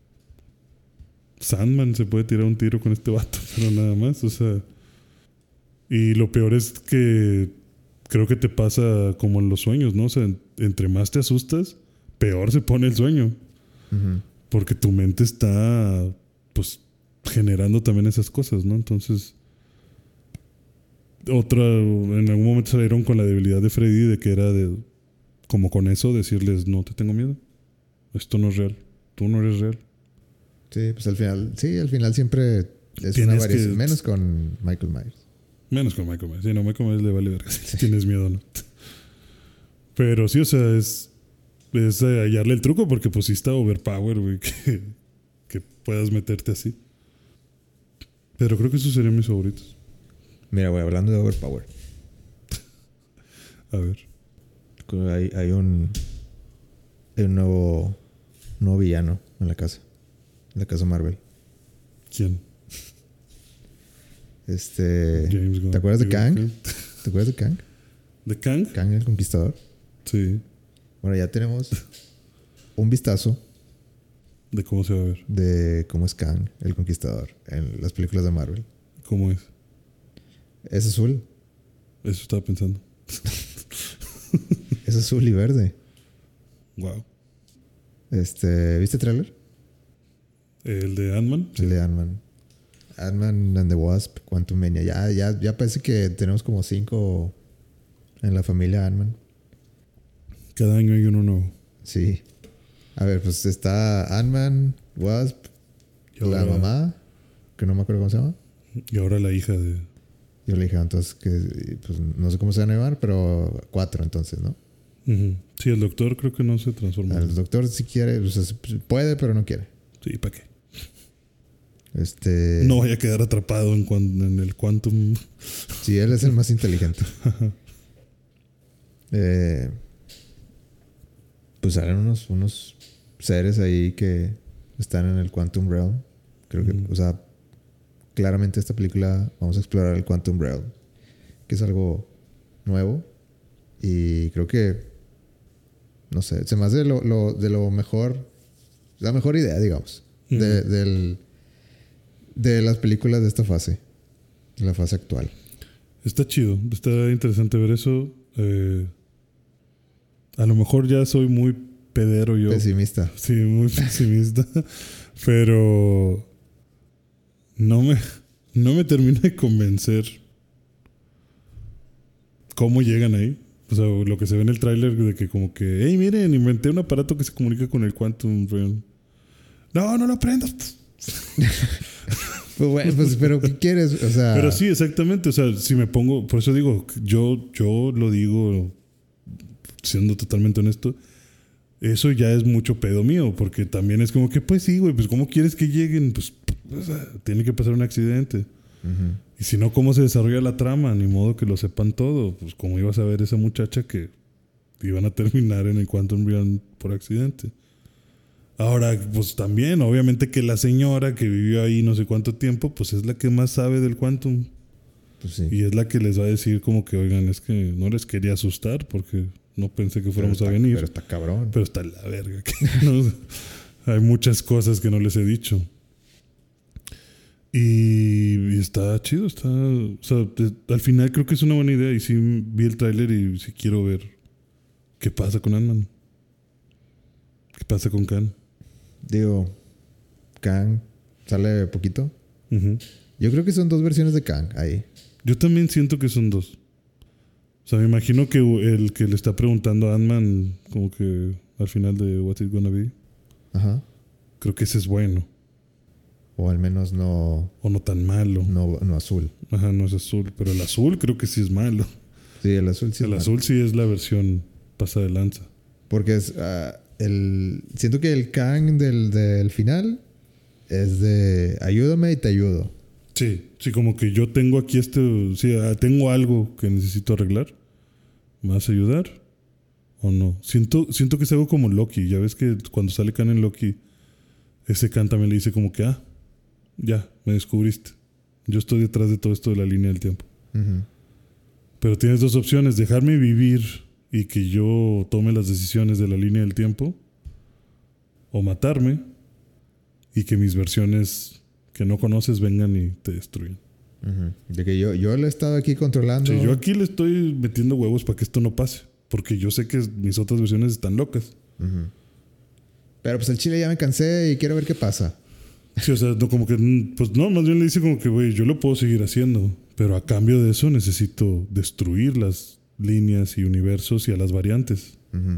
Sandman se puede tirar un tiro con este vato, pero nada más, o sea. Y lo peor es que creo que te pasa como en los sueños, ¿no? O sea, entre más te asustas, peor se pone el sueño. Ujú. Porque tu mente está, pues, generando también esas cosas, ¿no? Entonces, en algún momento salieron con la debilidad de Freddy de que era de, como con eso, decirles, no te tengo miedo. Esto no es real. Tú no eres real. Sí, pues al final siempre es Tienes una variación. que- Menos con Michael Myers. Menos con Michael Myers. Sí, no, Michael Myers le vale verga si tienes miedo o no. Pero sí, o sea, es hallarle el truco porque pues sí está overpower, güey, que puedas meterte así. Pero creo que esos serían mis favoritos. Mira, güey, hablando de Overpower. A ver. Hay un nuevo villano en la casa. En la casa Marvel. ¿Quién? ¿Te Gunn. acuerdas de Digo, Kang? ¿qué? ¿Te acuerdas de Kang? ¿De Kang? Kang el Conquistador. Sí. Bueno, ya tenemos un vistazo ¿De cómo se va a ver? de cómo es Kang el Conquistador en las películas de Marvel. ¿Cómo es? Es azul. Eso estaba pensando. Es azul y verde. Wow. ¿Viste el tráiler? ¿El de Ant-Man? El de Ant-Man. Ant-Man and the Wasp, Quantumania. Ya parece que tenemos como 5 en la familia Ant-Man. Cada año hay uno nuevo. Sí. A ver, pues está Ant-Man, Wasp, Y ahora, la mamá, que no me acuerdo cómo se llama. Y ahora la hija de... Yo le dije, entonces, que pues no sé cómo se van a llevar, pero 4 entonces, ¿no? Ujú. Sí, el doctor creo que no se transformó. El doctor si quiere, o sea, puede, pero no quiere. Sí, ¿para qué? Este, No vaya a quedar atrapado en el Quantum. Sí, él es el más inteligente. Pues salen unos seres ahí que están en el Quantum Realm. Creo que, o sea, claramente esta película vamos a explorar el Quantum Realm, que es algo nuevo. Y creo que, no sé, se me hace de lo mejor, la mejor idea, digamos, de las películas de esta fase, de la fase actual. Está chido, está interesante ver eso. A lo mejor ya soy muy pedero yo. Pesimista. Sí, muy pesimista. Pero no me termina de convencer cómo llegan ahí. O sea, lo que se ve en el tráiler de que como que, hey, miren, inventé un aparato que se comunica con el Quantum Realm. No, no lo prendas. Pues bueno, pues, pero ¿qué quieres? O sea... Pero sí, exactamente. O sea, si me pongo... Por eso digo, yo lo digo siendo totalmente honesto. Eso ya es mucho pedo mío. Porque también es como que, pues sí, güey, pues ¿cómo quieres que lleguen? Pues, o sea, tiene que pasar un accidente. Uh-huh. Y si no, ¿cómo se desarrolla la trama? Ni modo que lo sepan todo. Pues cómo ibas a ver esa muchacha que iban a terminar en el Quantum Realm por accidente. Ahora, pues también, obviamente que la señora que vivió ahí no sé cuánto tiempo, pues es la que más sabe del Quantum. Pues sí. Y es la que les va a decir como que, oigan, es que no les quería asustar porque no pensé que fuéramos a venir. Pero está cabrón. Pero está la verga. ¿No? Hay muchas cosas que no les he dicho. Y está chido, está... O sea, al final creo que es una buena idea. Y sí vi el tráiler y sí quiero ver qué pasa con Ant-Man. ¿Qué pasa con Kang? Digo, Kang sale poquito. Uh-huh. Yo creo que son 2 versiones de Kang ahí. Yo también siento que son 2. O sea, me imagino que el que le está preguntando a Ant-Man, como que al final de What's It Gonna Be, Ajá. creo que ese es bueno. O al menos no... O no tan malo. No azul. Ajá, no es azul. Pero el azul creo que sí es malo. Sí, el azul sí es El malo. azul sí es la versión pasa de lanza. Porque es... siento que el Kang del final es de ayúdame y te ayudo. Sí, sí, como que yo tengo aquí tengo algo que necesito arreglar. ¿Me vas a ayudar? ¿O no? Siento que es algo como Loki. Ya ves que cuando sale Kang en Loki, ese Kang también le dice como que, ya, me descubriste. Yo estoy detrás de todo esto de la línea del tiempo. Uh-huh. Pero tienes 2 opciones, dejarme vivir y que yo tome las decisiones de la línea del tiempo, o matarme y que mis versiones que no conoces vengan y te destruyan. Uh-huh. De que yo le he estado aquí controlando. Sí, yo aquí le estoy metiendo huevos para que esto no pase, porque yo sé que mis otras versiones están locas. Uh-huh. Pero pues el chile ya me cansé y quiero ver qué pasa. Sí, o sea, no, como que, pues no, más bien le dice como que, güey, yo lo puedo seguir haciendo, pero a cambio de eso necesito destruir las líneas y universos y a las variantes. Uh-huh.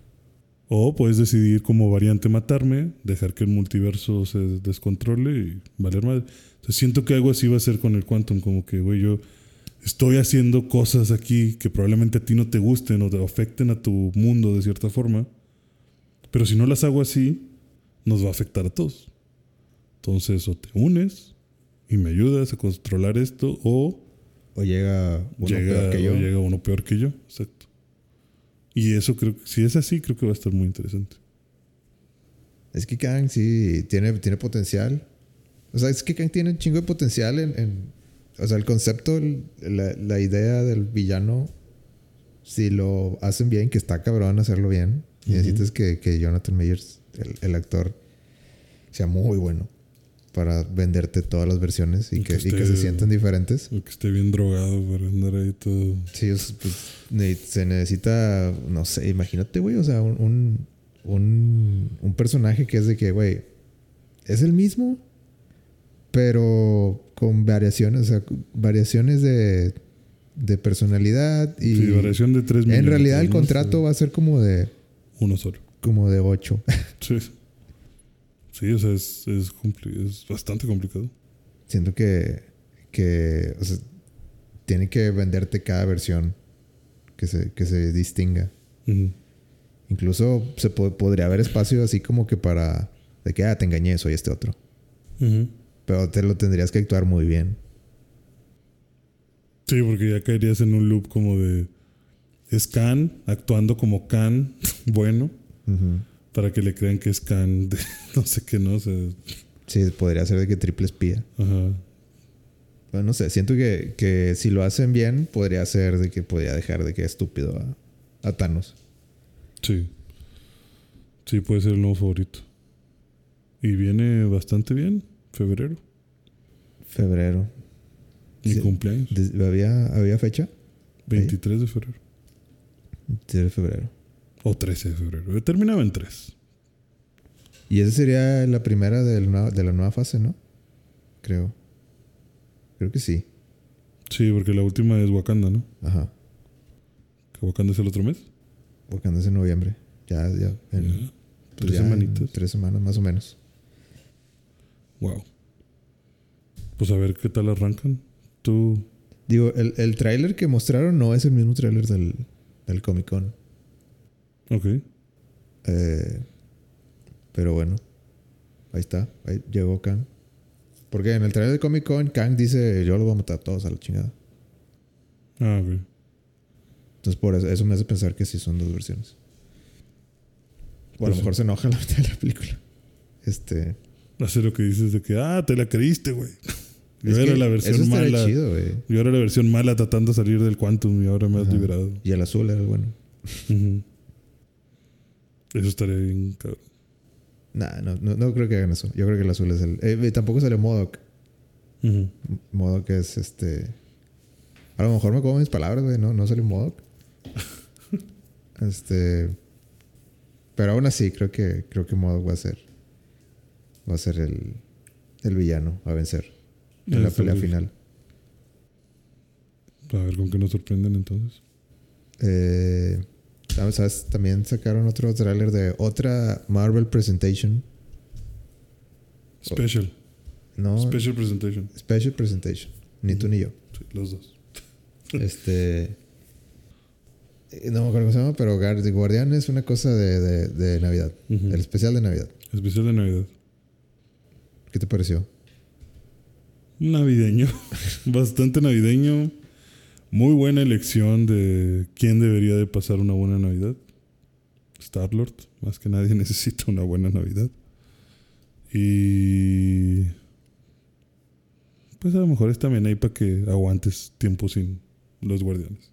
O puedes decidir como variante matarme, dejar que el multiverso se descontrole y valer madre. O sea, siento que algo así va a ser con el Quantum, como que, güey, yo estoy haciendo cosas aquí que probablemente a ti no te gusten o te afecten a tu mundo de cierta forma, pero si no las hago así, nos va a afectar a todos. Entonces, o te unes y me ayudas a controlar esto, o llega uno peor que yo. O llega uno peor que yo, exacto. Y eso creo que, si es así, creo que va a estar muy interesante. Es que Kang sí tiene potencial. O sea, es que Kang tiene un chingo de potencial o sea, el concepto, la idea del villano, si lo hacen bien, que está cabrón hacerlo bien, y necesitas que Jonathan Majors, el actor, sea muy bueno para venderte todas las versiones y que se sientan diferentes. O que esté bien drogado para andar ahí todo. Sí, pues se necesita, no sé, imagínate, güey, o sea, un personaje que es de que, güey, es el mismo, pero con variaciones, o sea, variaciones de personalidad y... Sí, variación de 3 En realidad el contrato va a ser como de... Uno solo. Como de 8. Sí. Sí, o sea, es bastante complicado. Siento que o sea, tiene que venderte cada versión que se distinga. Uh-huh. Incluso podría haber espacio así como que para... De que, te engañé, soy este otro. Uh-huh. Pero te lo tendrías que actuar muy bien. Sí, porque ya caerías en un loop como de... Es Khan actuando como Khan bueno. Uh-huh. Para que le crean que es Khan de no sé qué, ¿no? O sea, sí, podría ser de que triple espía. Ajá. Bueno, no sé. Siento que si lo hacen bien, podría ser de que podría dejar de que estúpido a Thanos. Sí. Sí, puede ser el nuevo favorito. Y viene bastante bien. Febrero. Mi cumpleaños. ¿Había fecha? 23 de febrero. 23 de febrero. O 13 de febrero. Terminaba en 3. Y esa sería la primera de la nueva fase, ¿no? Creo que sí. Sí, porque la última es Wakanda, ¿no? Ajá. ¿Que Wakanda es el otro mes? Wakanda es en noviembre. Ya. Ya. Pues 3 ya semanitas. en 3 semanas más o menos. Wow. Pues a ver qué tal arrancan. Tú... Digo, el tráiler que mostraron no es el mismo tráiler del Comic Con. Ok. Pero bueno. Ahí está. Ahí llegó Kang. Porque en el tráiler de Comic Con, Kang dice: yo los voy a matar a todos a la chingada. Ah, ok. Entonces por eso me hace pensar que sí son 2 versiones. O a Pues lo mejor se enoja la mitad de la película. Hace lo que dices de que, te la creíste, güey. Yo Es era que la eso versión estaría mala. chido, güey. Yo era la versión mala tratando de salir del Quantum y ahora me has Ajá. liberado. Y el azul era el bueno. Ujú. Eso estaría bien, cabrón. Nah, no creo que hagan eso. Yo creo que el azul es el... tampoco salió MODOK. Ujú. MODOK es A lo mejor me como mis palabras, güey. No salió MODOK. Pero aún así creo que MODOK va a ser el villano a vencer en la Eso, pelea güey. final. A ver con qué nos sorprenden entonces. ¿Sabes? También sacaron otro tráiler de otra Marvel Presentation. Special. No, Special presentation. Special Presentation. Ni tú ni yo. Sí, los dos. No me acuerdo cómo se llama, pero Guardián es una cosa de Navidad. Ujú. El especial de Navidad. Especial de Navidad. ¿Qué te pareció? Navideño. Bastante navideño. Muy buena elección de quién debería de pasar una buena Navidad. Star-Lord. Más que nadie necesita una buena Navidad. Y... pues a lo mejor es también ahí para que aguantes tiempo sin los Guardianes.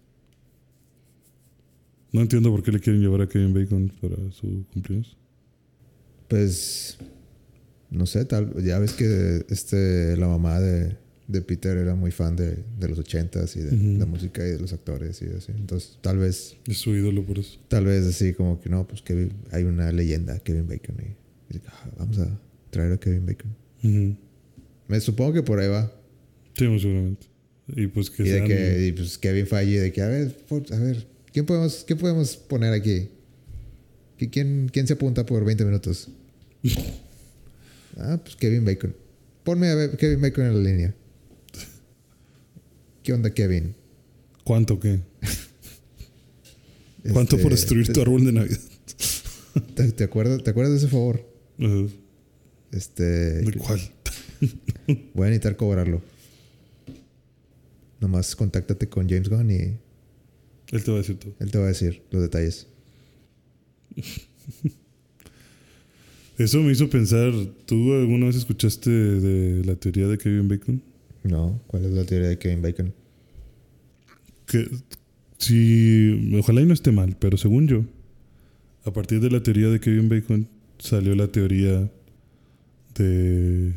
No entiendo por qué le quieren llevar a Kevin Bacon para su cumpleaños. Pues no sé, ya ves que la mamá de Peter era muy fan de los 80s y de Ujú. la música y de los actores y así. Entonces, tal vez Es su ídolo por eso. así como que no, pues hay una leyenda, Kevin Bacon. Y vamos a traer a Kevin Bacon. Ujú. Me supongo que por ahí va. Sí, muy seguramente. Y pues que Y de sean... que pues Kevin Feige de que a ver, ¿qué podemos poner aquí? ¿Quién se apunta por 20 minutos? Pues Kevin Bacon. Ponme a ver Kevin Bacon en la línea. ¿Qué onda, Kevin? ¿Cuánto qué? ¿Cuánto por destruir tu árbol de Navidad? ¿Te acuerdas de ese favor? Ajá. ¿De cuál? Voy a necesitar cobrarlo. Nomás contáctate con James Gunn y Él te va a decir todo. él te va a decir los detalles. Eso me hizo pensar, ¿tú alguna vez escuchaste de la teoría de Kevin Bacon? No, ¿cuál es la teoría de Kevin Bacon? Que si, ojalá y no esté mal, pero según yo, a partir de la teoría de Kevin Bacon salió la teoría de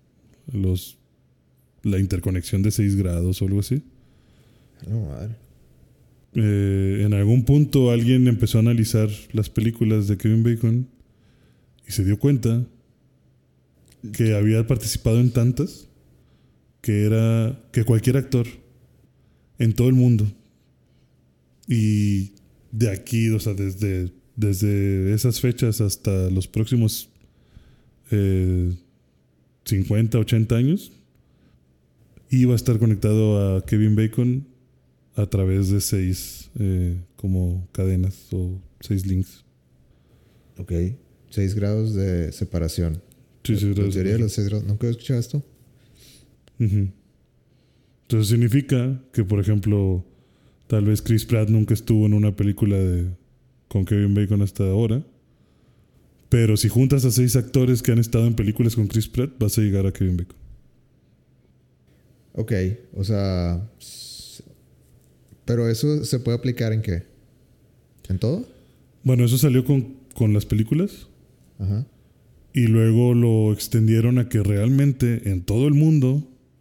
la interconexión de 6 grados o algo así. No, madre. En algún punto alguien empezó a analizar las películas de Kevin Bacon y se dio cuenta que había participado en tantas que cualquier actor en todo el mundo y de aquí, o sea, desde esas fechas hasta los próximos 50, 80 años iba a estar conectado a Kevin Bacon a través de 6 como cadenas o 6 links. Ok. 6 grados de separación. Sí, La gracias. teoría de los 6 grados. ¿Nunca he escuchado esto? Ujú. Entonces significa que, por ejemplo, tal vez Chris Pratt nunca estuvo en una película con Kevin Bacon hasta ahora. Pero si juntas a 6 actores que han estado en películas con Chris Pratt, vas a llegar a Kevin Bacon. Ok. O sea... ¿Pero eso se puede aplicar en qué? ¿En todo? Bueno, eso salió con las películas. Ajá. Y luego lo extendieron a que realmente en todo el mundo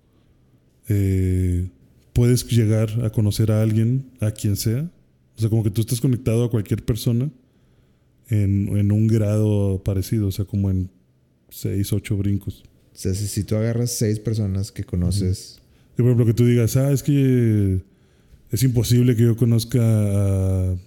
puedes llegar a conocer a alguien, a quien sea. O sea, como que tú estás conectado a cualquier persona en un grado parecido. O sea, como en 6, 8 brincos. O sea, si tú agarras 6 personas que conoces... Y por ejemplo, que tú digas, es que Es imposible que yo conozca a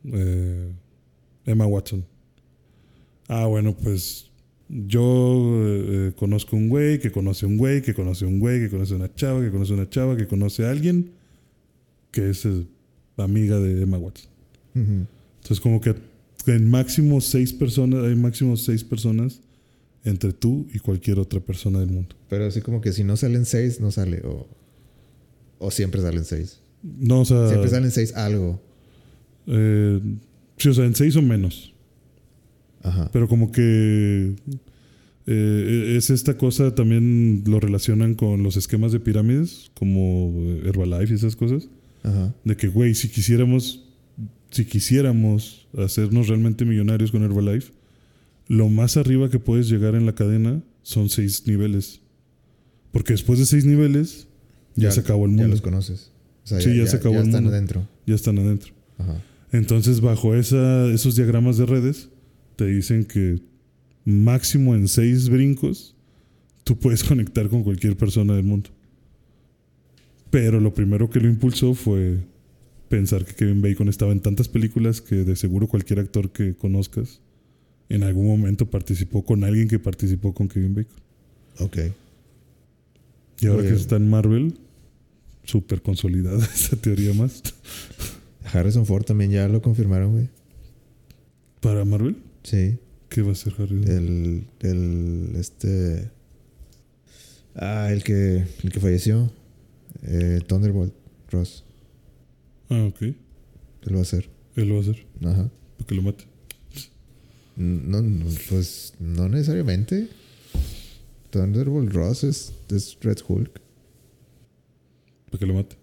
Emma Watson. Ah, bueno, pues yo conozco un güey que conoce un güey que conoce un güey que conoce una chava que conoce una chava que conoce a alguien que es amiga de Emma Watson. Ujú. Entonces como que en máximo 6 personas, hay máximo 6 personas entre tú y cualquier otra persona del mundo. Pero así como que si no salen 6, no sale. O siempre salen 6. No, o sea... Siempre salen 6 algo. Sí, o sea, en 6 o menos. Ajá. Pero como que es esta cosa, también lo relacionan con los esquemas de pirámides, como Herbalife y esas cosas. Ajá. De que, güey, si quisiéramos hacernos realmente millonarios con Herbalife, lo más arriba que puedes llegar en la cadena son 6 niveles. Porque después de 6 niveles, ya se acabó el mundo. Ya los conoces. O sea, Sí, ya se acabó el están mundo. adentro. Ya están adentro. Ajá. Entonces, bajo esos diagramas de redes, te dicen que máximo en 6 brincos, tú puedes conectar con cualquier persona del mundo. Pero lo primero que lo impulsó fue pensar que Kevin Bacon estaba en tantas películas que de seguro cualquier actor que conozcas en algún momento participó con alguien que participó con Kevin Bacon. Ok. Y ahora Oye, que está en Marvel, súper consolidada esa teoría más. Harrison Ford también ya lo confirmaron, güey. ¿Para Marvel? Sí. ¿Qué va a ser Harry? El que falleció. Thunderbolt Ross. Ah, ok. Él va a hacer. Él lo va a hacer. Ajá. Para que lo mate. No, pues no necesariamente. Thunderbolt Ross es Red Hulk. Para que lo mate.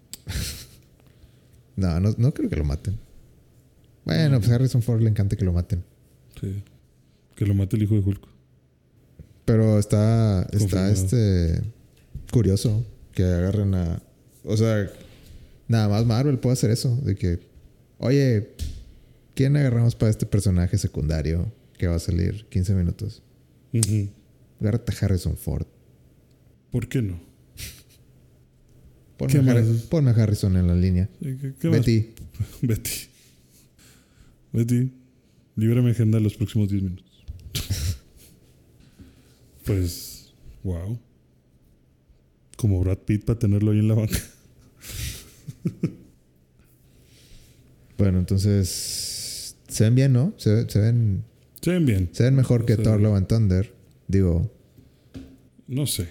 No creo que lo maten. Bueno, pues a Harrison Ford le encanta que lo maten. Sí. Que lo mate el hijo de Hulk. Pero está Confirmado. curioso que agarren a... O sea, nada más Marvel puede hacer eso. De que, oye, ¿quién agarramos para este personaje secundario que va a salir 15 minutos? Ujú. Agárrate a Harrison Ford. ¿Por qué no? Ponme ¿Qué a más? ponme a Harrison en la línea. ¿Qué más? Betty. Betty, líbrame agenda los próximos 10 minutos. Pues, wow. Como Brad Pitt para tenerlo ahí en la banca. Bueno, entonces... Se ven bien, ¿no? Se ven bien. mejor que O sea, Thor Love and Thunder. Digo... No sé.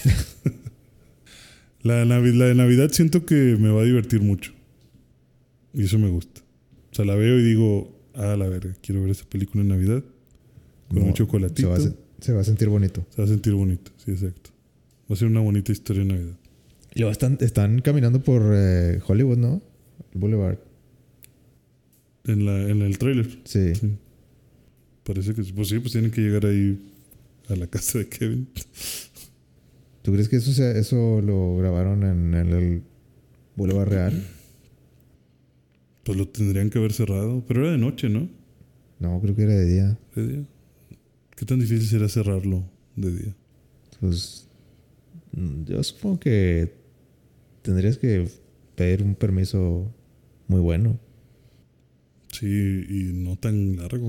La de Navidad siento que me va a divertir mucho. Y eso me gusta. O sea, la veo y digo, la verga, quiero ver esa película en Navidad. Con un chocolatito. Se va a sentir bonito. Se va a sentir bonito, sí, exacto. Va a ser una bonita historia en Navidad. Y luego están caminando por Hollywood, ¿no? El Boulevard. En el tráiler. Sí. Parece que pues sí, pues tienen que llegar ahí a la casa de Kevin. ¿Tú crees que eso lo grabaron en el Boulevard Real? Pues lo tendrían que haber cerrado. Pero era de noche, ¿no? No, creo que era de día. ¿De día? ¿Qué tan difícil será cerrarlo de día? Pues yo supongo que tendrías que pedir un permiso muy bueno. Sí, y no tan largo.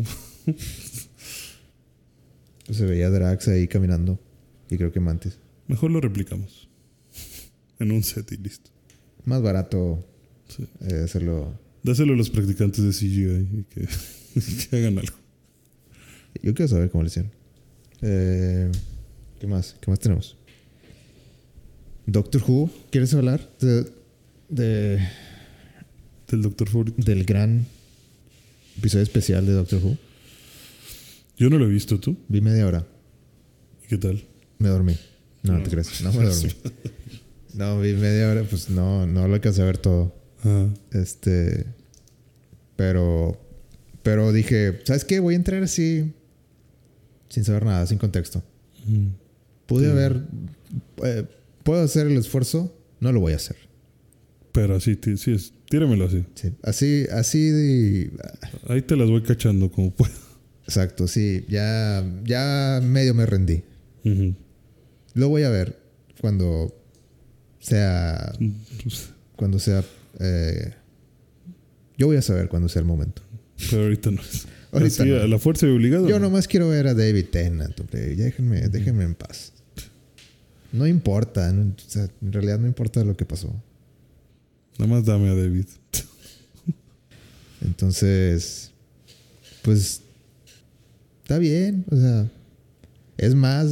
Pues se veía Drax ahí caminando. Y creo que Mantis. Mejor lo replicamos. En un set y listo. Más barato Sí. hacerlo. Dáselo a los practicantes de CGI y que hagan algo. Yo quiero saber cómo le hicieron. ¿Qué más? ¿Qué más tenemos? Doctor Who. ¿Quieres hablar Del Doctor Favorito. del gran episodio especial de Doctor Who? Yo no lo he visto, ¿tú? Vi media hora. ¿Y qué tal? Me dormí. No te crees. No me dormí. No, vi media hora. Pues no lo alcancé a ver todo. Ah, Pero dije, ¿sabes qué? Voy a entrar así sin saber nada, sin contexto. Pude haber... ¿puedo hacer el esfuerzo? No lo voy a hacer. pero así, sí es. Tíramelo así. Sí. Así de... Ahí te las voy cachando como puedo. Exacto, sí. Ya medio me rendí. Ujú. Lo voy a ver cuando sea... Pues, Cuando sea Yo voy a saber cuándo sea el momento. Pero ahorita no es. Ahorita Así, no. a la fuerza y obligado. Yo nomás quiero ver a David Tennant, hombre. Déjenme en paz. No importa. O sea, en realidad no importa lo que pasó. Nada más dame a David. Entonces, pues, está bien. O sea, es más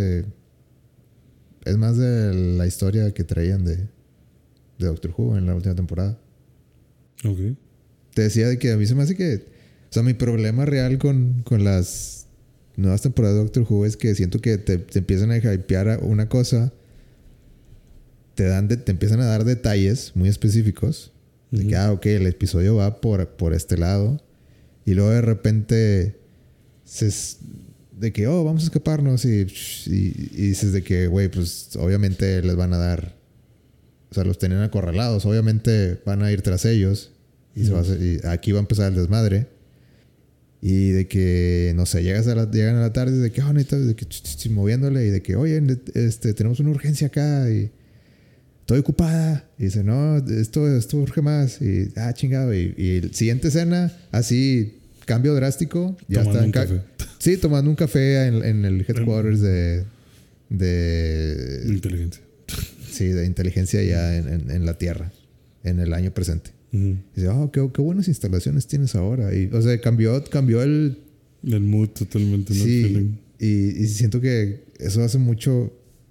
es más de la historia que traían de Doctor Who en la última temporada. Ok. Te decía de que a mí se me hace que... O sea, mi problema real con las nuevas temporadas de Doctor Who es que siento que te empiezan a hypear a una cosa. Te empiezan a dar detalles muy específicos. De que, ok, el episodio va por este lado. Y luego de repente... de que, vamos a escaparnos. Y dices de que, güey, pues obviamente les van a dar... O sea, los tenían acorralados. Obviamente van a ir tras ellos. Y aquí va a empezar el desmadre. Y de que, no sé, llegan a la tarde. De que, de que moviéndole. Y de que, oye, tenemos una urgencia acá. Y estoy ocupada. Y dice, no, esto urge más. Y, chingado. Y el siguiente escena, así, cambio drástico. Ya tomando está un café. Sí, tomando un café en el headquarters de inteligencia. Sí, de inteligencia ya en la Tierra. En el año presente. Y dice, qué buenas instalaciones tienes ahora. Y, o sea, cambió el mood totalmente, ¿no? Sí. Y siento que eso hace mucho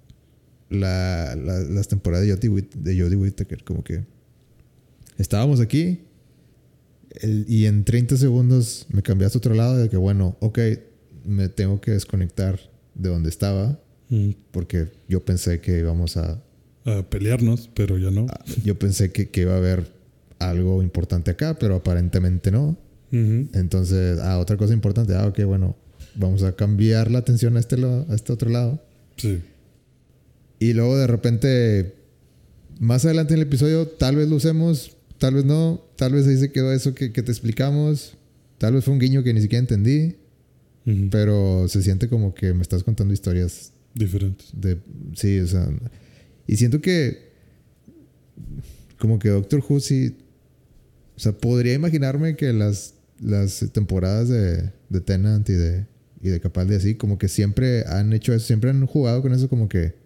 las temporadas de Jodie Whittaker. Como que estábamos aquí y en 30 segundos me cambiaste a otro lado. De que, bueno, ok, me tengo que desconectar de donde estaba. Porque yo pensé que íbamos a pelearnos, pero ya no. Yo pensé que iba a haber algo importante acá, pero aparentemente no. Entonces, otra cosa importante. Ok, bueno, vamos a cambiar la atención a este otro lado. Sí. Y luego de repente, más adelante en el episodio, tal vez lo usemos, tal vez no. Tal vez ahí se quedó eso que te explicamos. Tal vez fue un guiño que ni siquiera entendí. Pero se siente como que me estás contando historias diferentes. Sí, o sea... Y siento que... Como que Doctor Who sí... O sea, podría imaginarme que las temporadas de Tennant y de Capaldi así... Como que siempre han hecho eso. Siempre han jugado con eso como que...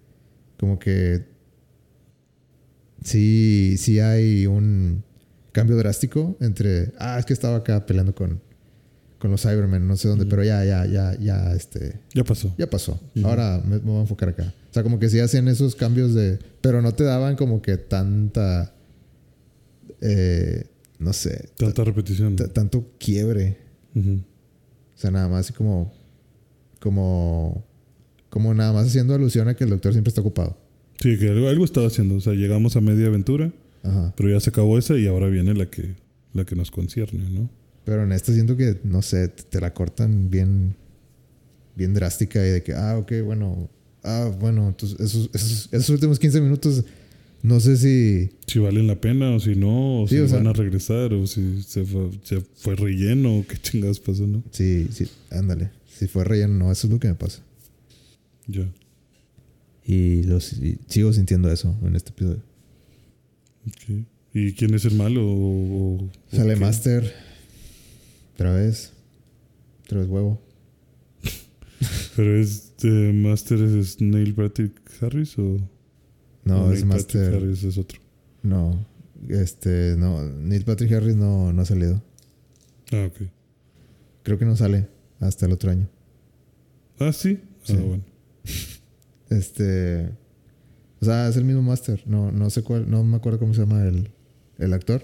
Sí hay un cambio drástico entre... es que estaba acá peleando con los Cybermen, no sé dónde, pero ya pasó. Ya pasó. Ahora me voy a enfocar acá. O sea, como que sí hacían esos cambios pero no te daban como que tanta... no sé. Tanta repetición. Tanto quiebre. O sea, nada más así como nada más haciendo alusión a que el doctor siempre está ocupado. Sí, que algo estaba haciendo. O sea, llegamos a media aventura, pero ya se acabó esa y ahora viene la que nos concierne, ¿no? Pero en esta siento que, no sé, te la cortan bien drástica y de que, ok, bueno. Bueno, entonces esos últimos 15 minutos, no sé si valen la pena o si no, o sí, si van a regresar, o si se fue relleno, o qué chingados pasó, ¿no? Sí, ándale. Si fue relleno, no, eso es lo que me pasa. Ya. Y sigo sintiendo eso en este episodio. Okay. ¿Y quién es el malo? Sale Master. Otra vez huevo. ¿Pero Master es Neil Patrick Harris o...? No, es Neil Master. Patrick Harris es otro. No. No. Neil Patrick Harris no ha salido. Ok. Creo que no sale hasta el otro año. Sí. ¿Sí? Bueno. O sea, es el mismo Master. No sé cuál... No me acuerdo cómo se llama el actor.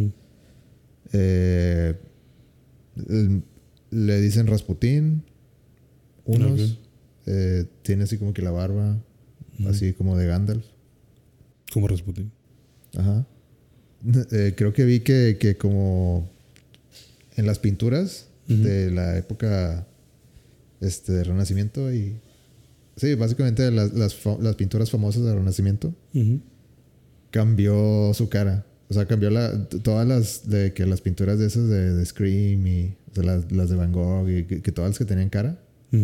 Le dicen Rasputín. Unos. Okay. Tiene así como que la barba. Así como de Gandalf. Como Rasputín. Ajá. Creo que vi que como... En las pinturas de la época... de Renacimiento y... Sí, básicamente las pinturas famosas del Renacimiento. Cambió su cara. O sea, cambió todas las pinturas de esas de Scream y o sea, las de Van Gogh y que todas las que tenían cara.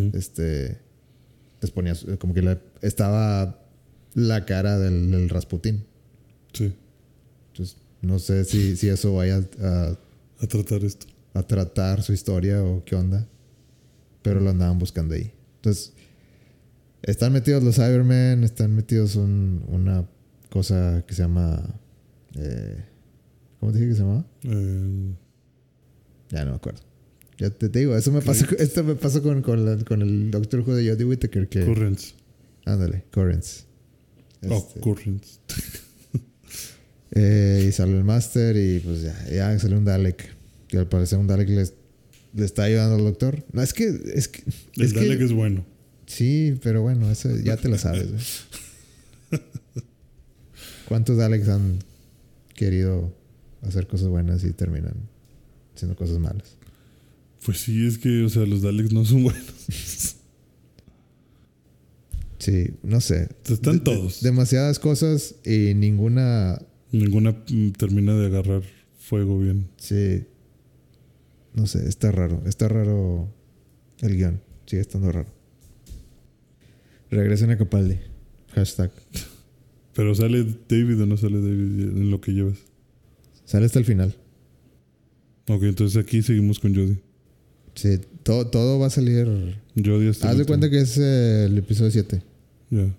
Les ponía como que estaba la cara del Rasputín. Sí. Entonces, No sé si eso vaya A tratar esto. a tratar su historia o qué onda. Pero lo andaban buscando ahí. Entonces, están metidos los Cybermen, están metidos una cosa que se llama... ¿cómo te dije que se llamaba? Ya no me acuerdo. Ya te digo, esto me pasó con el Doctor Who de Jodie Whittaker. Currents. Ándale, Currents. Currents. Y salió el Master y pues ya salió un Dalek. Que al parecer un Dalek le está ayudando al Doctor. No, es que El Dalek es bueno. Sí, pero bueno, eso ya te lo sabes. ¿Cuántos Daleks han querido hacer cosas buenas y terminan haciendo cosas malas? Pues sí, es que, o sea, los Daleks no son buenos. Sí, no sé. Están todos. Demasiadas cosas y ninguna termina de agarrar fuego bien. Sí. No sé, está raro. Está raro el guión. Sigue estando raro. Regresen a Capaldi. Hashtag. ¿Pero sale David o no sale David en lo que llevas? Sale hasta el final. Ok, entonces aquí seguimos con Jodie. Sí, todo va a salir. Jodie hasta Haz de cuenta que es el episodio 7. Ya.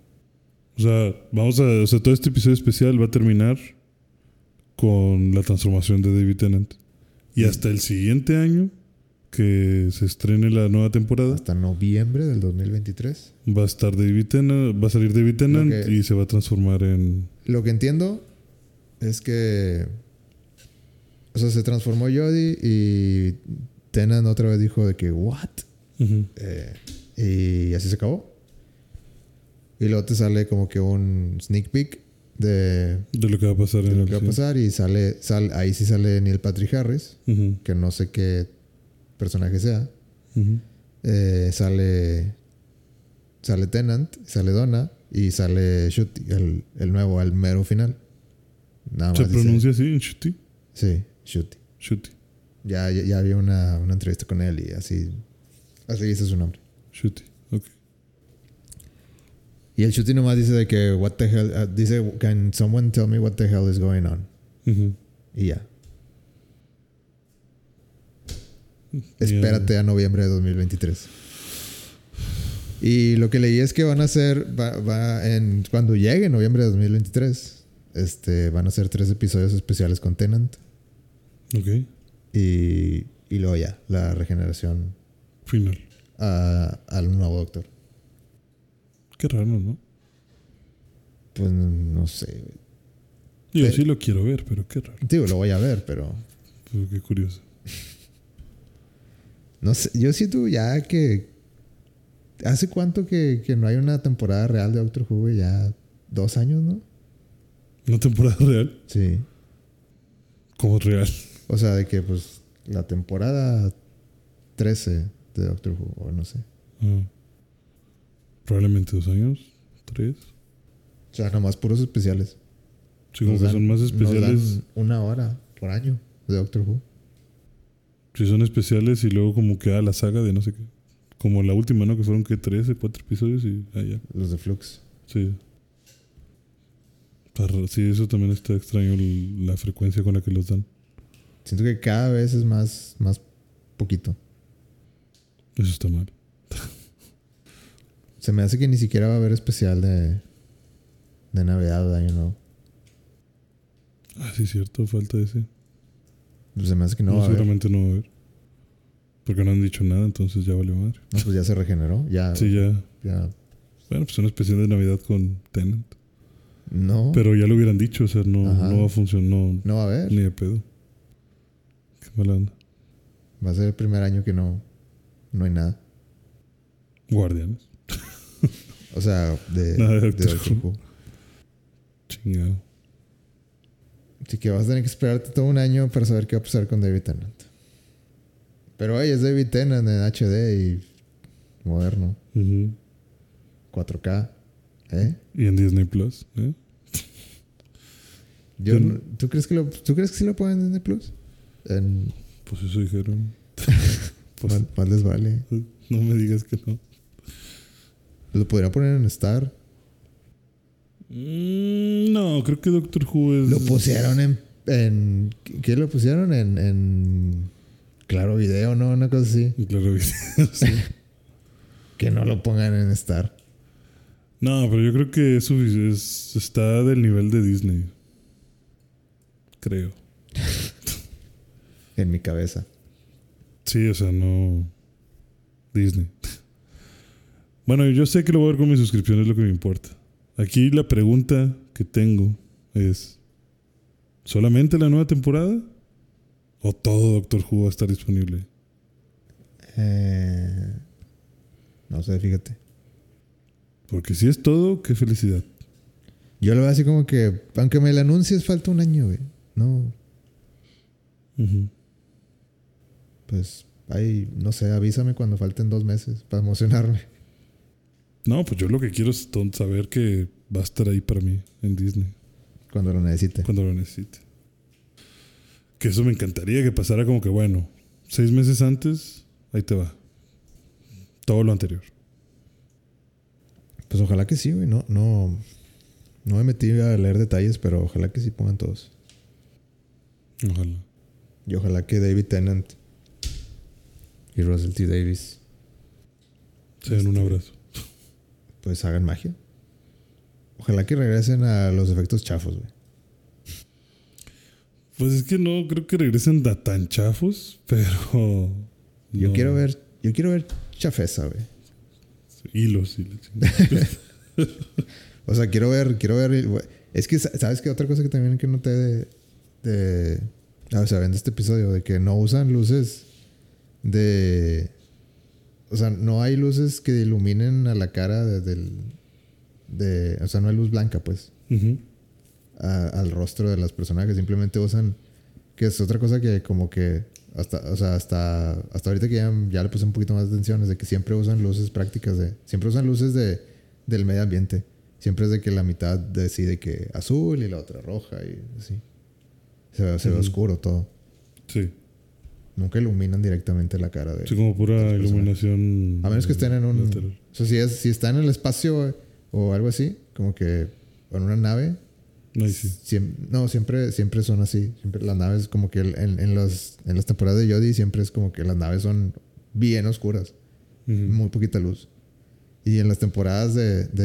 O sea, todo este episodio especial va a terminar con la transformación de David Tennant. Y hasta el siguiente año, que se estrene la nueva temporada, hasta noviembre del 2023. va a estar David Tennant, va a salir David Tennant y se va a transformar en... Lo que entiendo es que... O sea, se transformó Jodie y Tennant otra vez dijo de que, ¿what? Uh-huh. Y así se acabó. Y luego te sale como que un sneak peek de lo que va a pasar de lo que va a pasar. Y ahí sí sale Neil Patrick Harris, uh-huh, que no sé qué personaje sea. uh-huh. Sale Tennant, sale Donna y sale Ncuti, el nuevo, al mero final. Nada más ¿Se pronuncia así, Ncuti? Sí, Ncuti. Ya había una entrevista con él y así dice su nombre. Ncuti, ok. Y el Ncuti nomás dice de que what the hell, dice, can someone tell me what the hell is going on? Uh-huh. Y ya. Espérate a noviembre de 2023. Y lo que leí es que van a hacer, cuando llegue noviembre de 2023, van a hacer 3 episodios especiales con Tennant. Ok. Y luego ya, la regeneración final al nuevo Doctor. Qué raro, ¿no? Pues no sé. Yo sí lo quiero ver, pero qué raro. Digo, lo voy a ver, pero... Pues qué curioso. No sé, yo siento ya que... ¿Hace cuánto que no hay una temporada real de Doctor Who? Ya 2 años, ¿no? ¿Una temporada real? Sí. ¿Cómo real? O sea, de que pues la temporada 13 de Doctor Who, o no sé. Probablemente 2 años, 3. O sea, nomás puros especiales. Sí, como que son más especiales. Nos dan 1 hora por año de Doctor Who. Sí, son especiales y luego como que la saga de no sé qué. Como la última, ¿no? Que fueron que 13, 4 episodios y ya. Los de Flux. Sí. Sí, eso también está extraño, la frecuencia con la que los dan. Siento que cada vez es más poquito. Eso está mal. Se me hace que ni siquiera va a haber especial de Navidad o de Año Nuevo. Sí, cierto, falta ese. Se me hace que no va a haber. Seguramente no va a haber. Porque no han dicho nada, entonces ya vale madre. No, pues ya se regeneró. Ya. Sí, ya. Bueno, pues una especial de Navidad con Tennant. No. Pero ya lo hubieran dicho, o sea, no va a funcionar. No va a haber. Ni de pedo. Qué mala onda. Va a ser el primer año que no hay nada. Guardianes. O sea, nada de Doctor Who. Chingado. Así que vas a tener que esperarte todo un año para saber qué va a pasar con David Tennant. Pero es David Tennant en HD y moderno. Uh-huh. 4K. Y en Disney Plus. ¿Tú crees que sí lo ponen en Disney Plus? Pues eso dijeron. Pues, más les vale. No me digas que no. ¿Lo podrían poner en Star? No, creo que Doctor Who es... Lo pusieron en ¿Qué lo pusieron? En Claro Video, ¿no? Una cosa así. Y claro, sí. Que no lo pongan en Star. No, pero yo creo que eso está del nivel de Disney. Creo. En mi cabeza. Sí, o sea, no. Disney. Bueno, yo sé que lo voy a ver con mi suscripción, es lo que me importa. Aquí la pregunta que tengo es: ¿solamente la nueva temporada? ¿O todo Doctor Who va a estar disponible? No sé, fíjate. Porque si es todo, qué felicidad. Yo lo veo así como que, aunque me lo anuncies, falta un año, güey. No, Ujú. pues, ahí, no sé, avísame cuando falten 2 meses para emocionarme. No, pues yo lo que quiero es saber que va a estar ahí para mí en Disney Cuando lo necesite. cuando lo necesite. Que eso me encantaría que pasara como que, bueno, 6 meses antes, ahí te va. Todo lo anterior. Pues ojalá que sí, güey. No me metí a leer detalles, pero ojalá que sí pongan todos. Ojalá. Y ojalá que David Tennant y Russell T. Davies Se den un abrazo. pues hagan magia. Ojalá que regresen a los efectos chafos, güey. Pues es que no creo que regresen tan chafos, pero... Yo no. quiero ver chafeza, güey. Hilos y la chingada. O sea, quiero ver, güey. Es que, ¿sabes qué? Otra cosa que también que noté o sea, viendo este episodio, de que no usan luces o sea, no hay luces que iluminen a la cara o sea, no hay luz blanca, pues, Ujú. al rostro de las personajes. Simplemente usan, que es otra cosa que como que hasta ahorita que ya le puse un poquito más de atención, es de que siempre usan luces prácticas siempre usan luces del medio ambiente. Siempre es de que la mitad decide que azul y la otra roja y así. Se ve oscuro todo. Sí. Nunca iluminan directamente la cara de... Sí, como pura de las personas. iluminación. A menos que estén en un... lateral. O sea, si están en el espacio o algo así, como que en una nave... Ahí sí. Siempre son así. Siempre las naves como que en las temporadas de Jodie siempre es como que las naves son bien oscuras. Ujú. Muy poquita luz. Y en las temporadas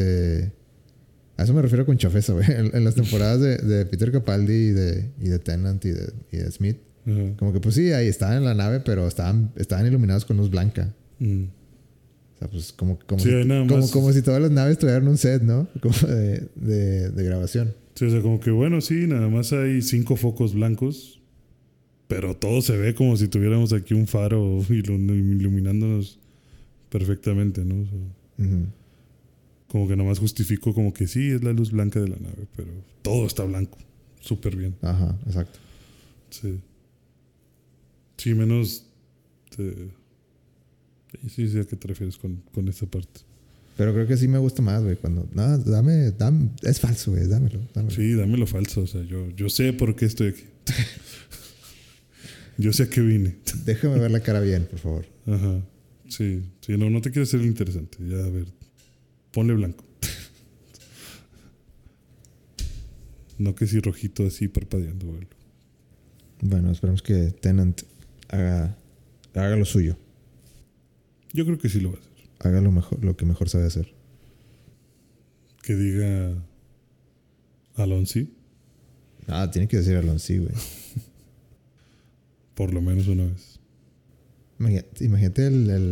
a eso me refiero con chafeza, güey. En las temporadas de Peter Capaldi y de Tennant y de Smith. Ajá. Como que pues sí, ahí estaban en la nave, pero estaban iluminados con luz blanca. Mm. O sea, pues como Sí, hay nada más. como si todas las naves tuvieran un set, ¿no? Como de grabación. Sí, o sea, como que bueno, sí, nada más hay 5 focos blancos, pero todo se ve como si tuviéramos aquí un faro iluminándonos perfectamente, ¿no? O sea, Ujú. como que nada más justifico como que sí, es la luz blanca de la nave, pero todo está blanco, súper bien. Ajá, exacto. Sí. Sí, menos... Sí, sí, ¿a qué te refieres con esta parte? Pero creo que sí me gusta más, güey. Cuando... No, dame... Es falso, güey. Dámelo. Sí, dámelo falso. O sea, yo sé por qué estoy aquí. Yo sé a qué vine. Déjame ver la cara bien, por favor. Ajá. Sí, sí, no te quiero hacer interesante. Ya, a ver, ponle blanco. No que si rojito así parpadeando, güey. Bueno, esperemos que Tennant haga lo suyo. Yo creo que sí lo va a hacer. Haga lo que mejor sabe hacer. Que diga Alonso, Ah, tiene que decir Alonso, sí, güey. por lo menos una vez. Imagínate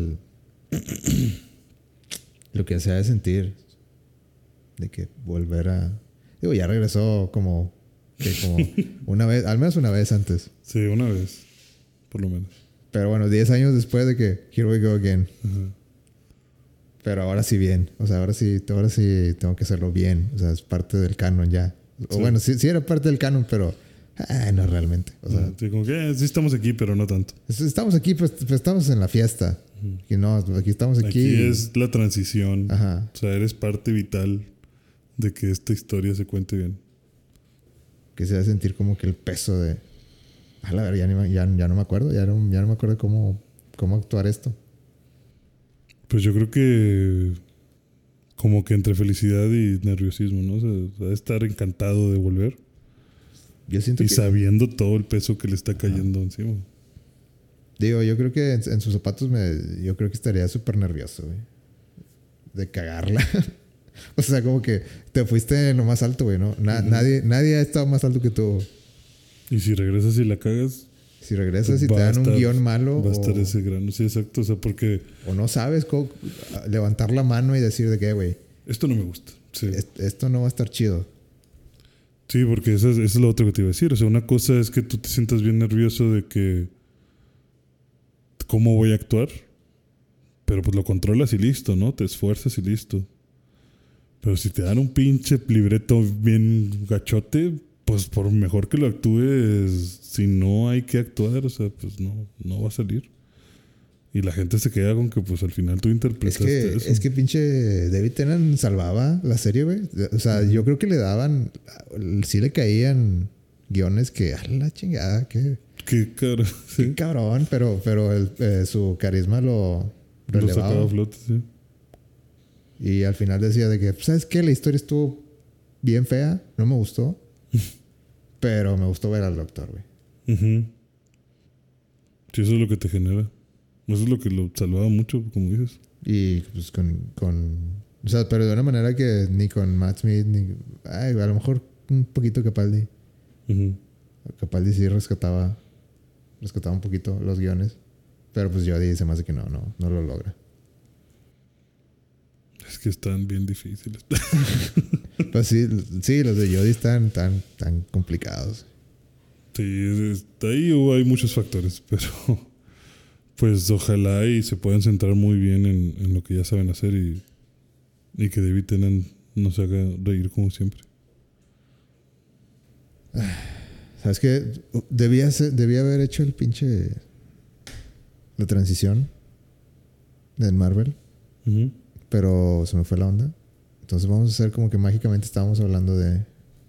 lo que se ha de sentir de que volver a... Digo, ya regresó como una vez, al menos una vez antes. Sí, una vez, por lo menos. Pero bueno, 10 años después de que Here we go again. Ajá. Pero ahora sí bien. O sea, ahora sí tengo que hacerlo bien. O sea, es parte del canon ya. O Sí. bueno, sí era parte del canon, pero no realmente. O sea, Sí, como que sí estamos aquí, pero no tanto. estamos aquí, pues estamos en la fiesta. Y no, aquí estamos aquí. Aquí es la transición. Ajá. O sea, eres parte vital de que esta historia se cuente bien. Que se va a sentir como que el peso de... A la verdad, ya no me acuerdo. Ya no me acuerdo cómo actuar esto. Pues yo creo que como que entre felicidad y nerviosismo, ¿no? O sea, va a estar encantado de volver. Yo siento Y que... sabiendo todo el peso que le está cayendo encima. Digo, yo creo que en sus zapatos yo creo que estaría súper nervioso, güey. De cagarla. O sea, como que te fuiste en lo más alto, güey, ¿no? Nadie ha estado más alto que tú. Y si regresas y la cagas, Si regresas pues y te dan un guión malo. Va a estar ese grano. Sí, exacto. O sea, porque... O no sabes cómo levantar la mano y decir de qué, güey. Esto no me gusta. Sí. Esto no va a estar chido. Sí, porque eso es lo otro que te iba a decir. O sea, una cosa es que tú te sientas bien nervioso de que... ¿Cómo voy a actuar? Pero pues lo controlas y listo, ¿no? Te esfuerzas y listo. Pero si te dan un pinche libreto bien gachote, pues por mejor que lo actúes, si no hay que actuar, o sea, pues no va a salir. Y la gente se queda con que pues al final tú interpretaste eso. Es que pinche David Tennant salvaba la serie, güey. O sea, yo creo que le daban... Sí le caían guiones que... A la chingada, que... Qué Qué cabrón, pero su carisma lo sacaba a flote, sí. Y al final decía de que, ¿sabes qué? La historia estuvo bien fea, no me gustó. Pero me gustó ver al doctor, güey. Sí, eso es lo que te genera. Eso es lo que lo salvaba mucho, como dices. Y pues o sea, pero de una manera que ni con Matt Smith, ni... Ay, a lo mejor un poquito Capaldi. Capaldi sí rescataba un poquito los guiones. Pero pues Jodie se me hace que no lo logra. Es que están bien difíciles. Pues sí, los de Jodie están tan complicados. Sí, ahí hay muchos factores, pero pues ojalá y se puedan centrar muy bien en lo que ya saben hacer y que David Tennant nos haga reír como siempre. ¿Sabes qué? Debía haber hecho la transición en Marvel. Pero se me fue la onda. Entonces vamos a hacer como que mágicamente estábamos hablando de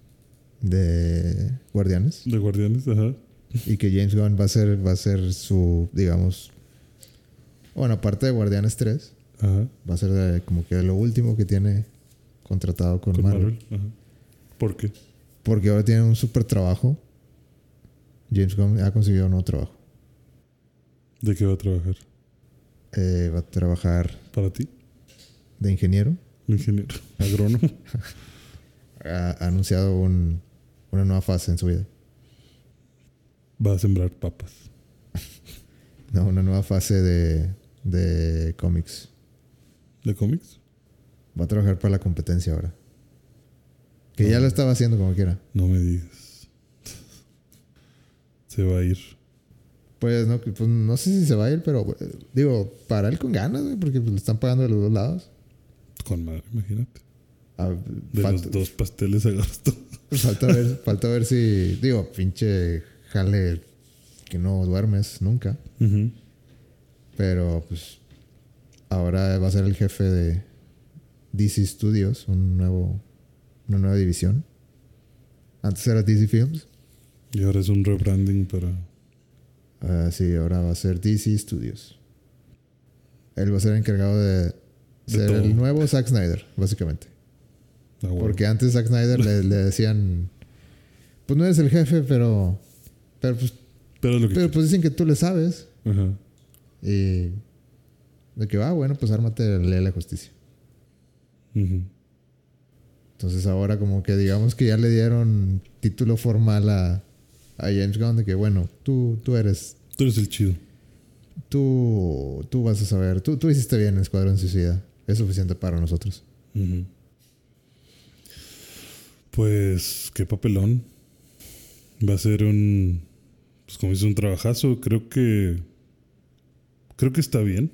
Guardianes. De Guardianes, ajá. Y que James Gunn va a ser su, digamos... Bueno, aparte de Guardianes 3. Ajá. Va a ser como que lo último que tiene contratado con Marvel. Ajá. ¿Por qué? Porque ahora tiene un súper trabajo. James Gunn ha conseguido un nuevo trabajo. ¿De qué va a trabajar? Va a trabajar... ¿Para ti? De ingeniero. Ingeniero. Agrónomo. Ha anunciado una nueva fase en su vida. Va a sembrar papas. No, una nueva fase de cómics. ¿De cómics? Va a trabajar para la competencia ahora. Que ya lo estaba haciendo como quiera. No me digas. Se va a ir. Pues no sé si se va a ir, pero digo, para él con ganas, güey, porque pues, le están pagando de los dos lados. Con madre, imagínate. De los dos pasteles a gasto. Falta ver si... Digo, pinche jale que no duermes nunca. Pero pues ahora va a ser el jefe de DC Studios, una nueva división. Antes era DC Films. Y ahora es un rebranding para... Sí, ahora va a ser DC Studios. Él va a ser encargado de ser todo. el nuevo Zack Snyder, básicamente. Bueno. Porque antes Zack Snyder le decían, pues no eres el jefe, pero pues dicen que tú le sabes. Ajá. Y de que bueno, pues ármate, lee la justicia. Entonces ahora como que digamos que ya le dieron título formal a James Gunn de que bueno, tú eres... Tú eres el chido. Tú vas a saber. Tú hiciste bien en Escuadrón Suicida. Es suficiente para nosotros. Pues qué papelón. Va a ser pues como dices, un trabajazo. Creo que está bien.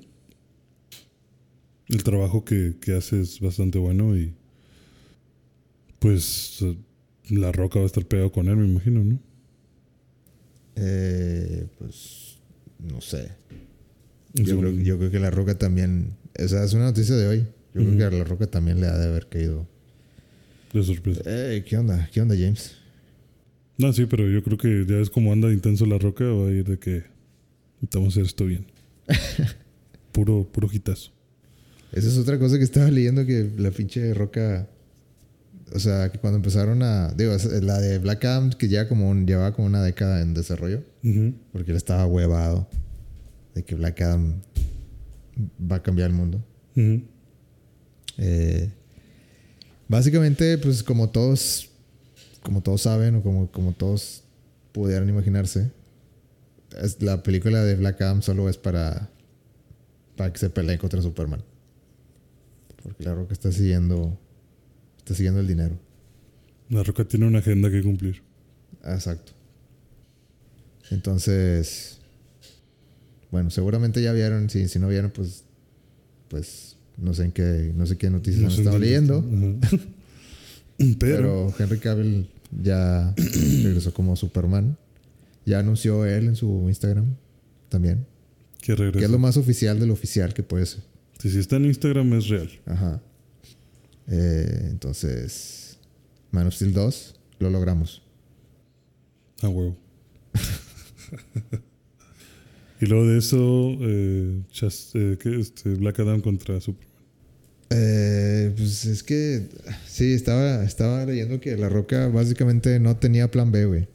El trabajo que hace es bastante bueno y pues La Roca va a estar pegado con él, me imagino, ¿no? Pues no sé. Yo creo que La Roca también... O sea, es una noticia de hoy. Yo creo que a La Roca también le ha de haber caído. De sorpresa. ¿Qué onda? ¿Qué onda, James? No, sí, pero yo creo que ya es como anda de intenso La Roca, va a ir de que necesitamos hacer esto bien. Puro hitazo. Esa es otra cosa que estaba leyendo, que la pinche Roca O sea, que cuando empezaron a... Digo, la de Black Adam que llevaba como una década en desarrollo. Ujú. Porque él estaba huevado de que Black Adam va a cambiar el mundo. Ujú. Básicamente, pues como todos saben o como todos pudieran imaginarse, la película de Black Adam solo es para que se peleen contra Superman. Porque La Roca está siguiendo el dinero. La Roca tiene una agenda que cumplir. Exacto. Entonces, bueno, seguramente ya vieron. Si no vieron, pues no sé qué noticias No han sé estado dónde leyendo. está. Ajá. Pero, Pero Henry Cavill ya regresó como Superman. Ya anunció él en su Instagram también. que regresa. Que es lo más oficial de lo oficial que puede ser. Si está en Instagram es real. Ajá. Entonces, Man of Steel 2 lo logramos. Ah, huevo. Y luego de eso, Black Adam contra Superman. Pues es que sí, estaba leyendo que La Roca básicamente no tenía plan B, güey.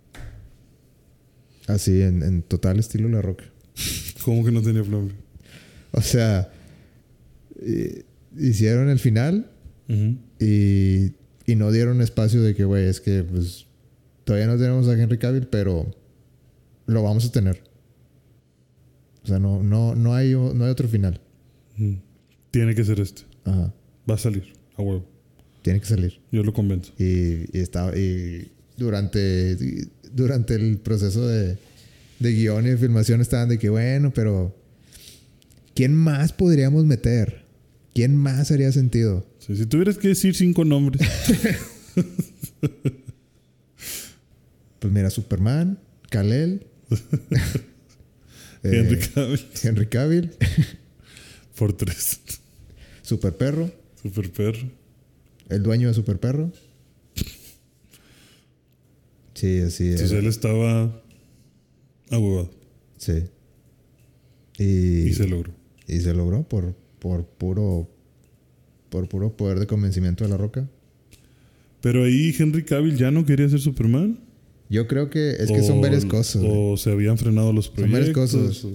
Así, en total estilo La Roca. ¿Cómo que no tenía plan B? O sea, hicieron el final Ujú. y no dieron espacio de que, güey, es que pues todavía no tenemos a Henry Cavill, pero lo vamos a tener. O sea, no hay otro final. Ujú. Tiene que ser este. Ajá. Va a salir, a huevo. Tiene que salir. Yo lo convenzo. Y durante el proceso de guión y de filmación estaban de que, bueno, pero ¿quién más podríamos meter? ¿Quién más haría sentido? Sí, si tuvieras que decir 5 nombres. Pues mira, Superman, Kal-El, Henry Cavill. Henry Cavill, Por 3. Super Perro, Super perro. el dueño de Super Perro. Sí, así Entonces era. él estaba ahuevado. Sí. Y se logró. Y se logró por puro poder de convencimiento de La Roca. Pero ahí Henry Cavill ya no quería ser Superman. Yo creo que es que son varias cosas. O se habían frenado los Son proyectos. varias cosas.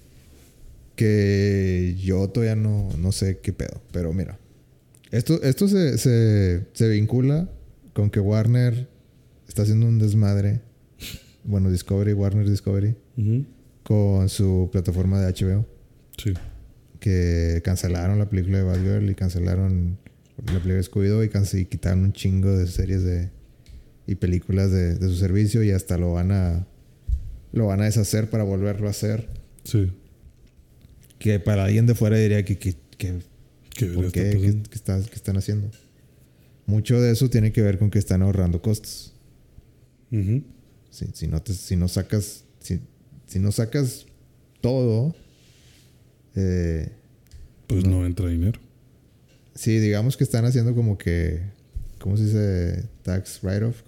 Que yo todavía no sé qué pedo. Pero mira. Esto se vincula con que Warner está haciendo un desmadre. Bueno, Warner Discovery. Ujú. Con su plataforma de HBO. Sí. Que cancelaron la película de Batgirl y cancelaron la película de Scooby-Doo y quitaron un chingo de series y películas de su servicio y hasta lo van a deshacer para volverlo a hacer. Sí. Que para alguien de fuera diría que ¿por qué? ¿Qué están haciendo? Mucho de eso tiene que ver con que están ahorrando costos. Ujú. Si no sacas todo, Pues no entra dinero. sí, digamos que están haciendo como que, ¿cómo se dice? Tax write-off,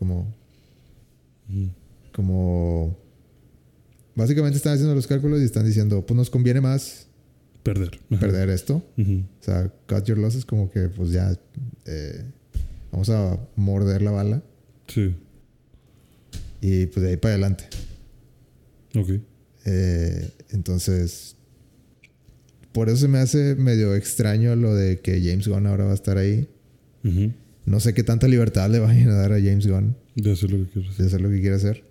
como básicamente están haciendo los cálculos y están diciendo, pues nos conviene más Perder. Ajá. perder esto. Ujú. O sea, cut your losses, como que pues ya vamos a morder la bala Sí. y pues de ahí para adelante. Ok. Entonces, por eso se me hace medio extraño lo de que James Gunn ahora va a estar ahí. Ujú. No sé qué tanta libertad le vayan a dar a James Gunn De hacer lo que quieras. de hacer lo que quiere hacer.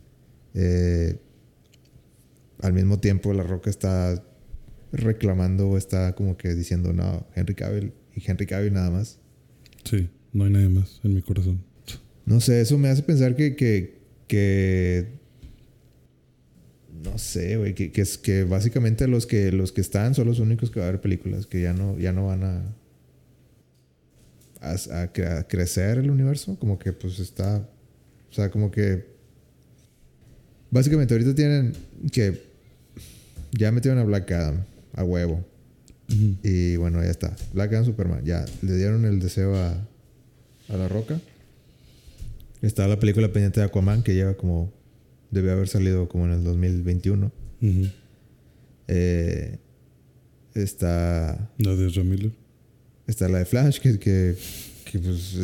Al mismo tiempo, La Roca está reclamando o está como que diciendo, no, Henry Cavill y Henry Cavill nada más. Sí. No hay nadie más en mi corazón. No sé, eso me hace pensar que no sé, güey, que básicamente los que están son los únicos que va a haber películas, que ya no van a crecer el universo, como que pues está, o sea, como que básicamente ahorita tienen que ya metieron a Black Adam a huevo. Ujú. Y bueno, ya está. Black Adam, Superman, ya le dieron el deseo a La Roca. Está la película pendiente de Aquaman, que debe haber salido como en el 2021. Ujú. Está La de Ezra Miller. la de Flash, que que pues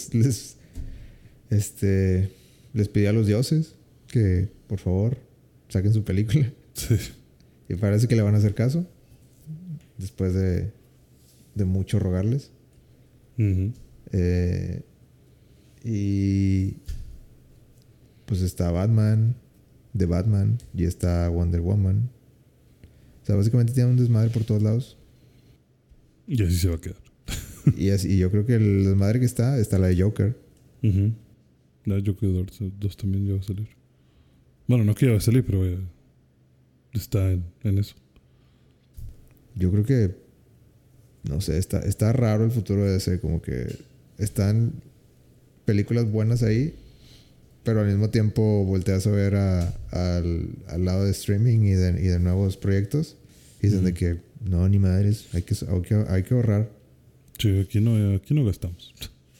les pidió a los dioses que por favor saquen su película. Sí. Y parece que le van a hacer caso después de mucho rogarles. Uh-huh. Y pues está Batman, The Batman, y está Wonder Woman. O sea, básicamente tiene un desmadre por todos lados. Y así se va a quedar. Y yo creo que el desmadre que está la de Joker. Uh-huh. La Joker 2 también ya va a salir. Bueno, no que ya va a salir, pero ya está en eso. Yo creo que, no sé, está raro el futuro de DC. Como que están películas buenas ahí, pero al mismo tiempo volteas a ver al lado de streaming y de nuevos proyectos. Y dicen de que, no, ni madres, hay que ahorrar. Sí, aquí no gastamos.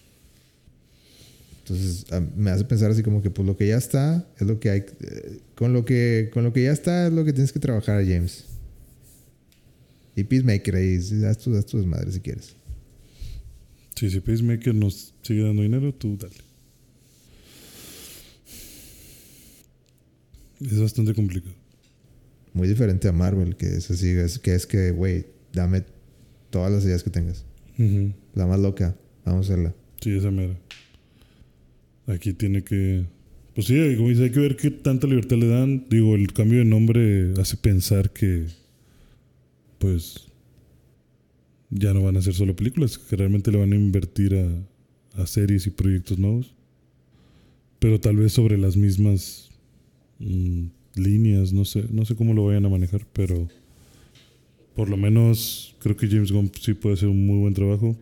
Entonces me hace pensar así como que pues lo que ya está es lo que hay. Con lo que ya está es lo que tienes que trabajar, James. Y Peacemaker ahí, haz tu desmadre si quieres. Sí, si Peacemaker nos sigue dando dinero, tú dale. Es bastante complicado. Muy diferente a Marvel, que es así, que güey, dame todas las ideas que tengas. Uh-huh. La más loca, vamos a hacerla. Sí, esa mera. Aquí tiene que... Pues sí, como dice, hay que ver qué tanta libertad le dan. Digo, el cambio de nombre hace pensar que... Pues... Ya no van a ser solo películas, que realmente le van a invertir a series y proyectos nuevos. Pero tal vez sobre las mismas líneas, no sé cómo lo vayan a manejar, pero... Por lo menos creo que James Gunn sí puede hacer un muy buen trabajo.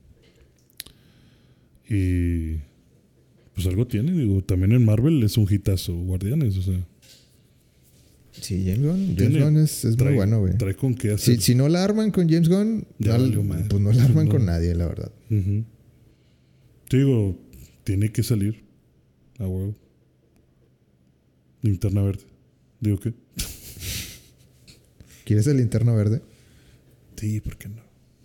Y... Pues algo tiene, digo, también en Marvel es un hitazo, Guardianes, o sea. Sí, James Gunn es muy bueno, güey. Trae con qué hacer. Si no la arman con James Gunn, pues no la arman con nadie, la verdad. Uh-huh. Digo, tiene que salir a huevo. Linterna verde. Digo, ¿qué? ¿Quieres el Linterna verde? Sí, ¿por qué no?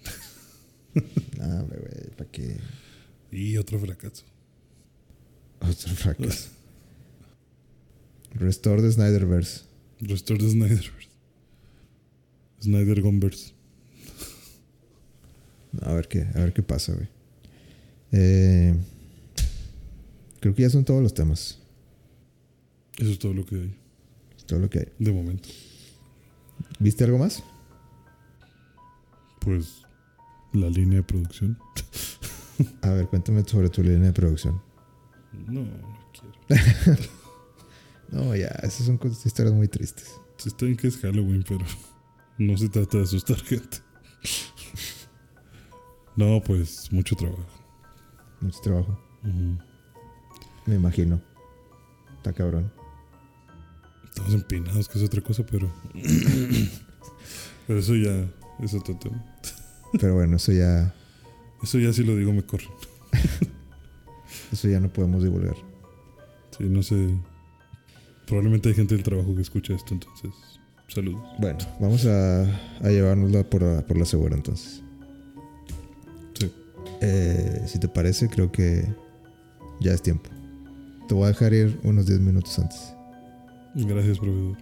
No, güey, ¿para qué? Y otro fracaso. Otro fracaso. Restore the Snyderverse. Restore the Snyderverse. Snyder Gunverse. A ver qué pasa, güey. Creo que ya son todos los temas. Eso es todo lo que hay. Es todo lo que hay. De momento. ¿Viste algo más? Pues la línea de producción. A ver, cuéntame sobre tu línea de producción. No quiero. No, ya, esas son historias muy tristes. Sí, está bien que es Halloween, pero no se trata de asustar gente. No, pues mucho trabajo. Mucho trabajo. Uh-huh. Me imagino. Está cabrón. Estamos empinados, que es otra cosa, pero... pero eso ya es otro tema. Pero bueno, eso ya si lo digo me corren. Eso ya no podemos divulgar. Sí, no sé. Probablemente hay gente del trabajo que escucha esto, entonces... Saludos. Bueno, vamos a llevárnosla por la segura entonces. Sí. Si te parece, creo que ya es tiempo. Te voy a dejar ir unos 10 minutos antes. Gracias, proveedor.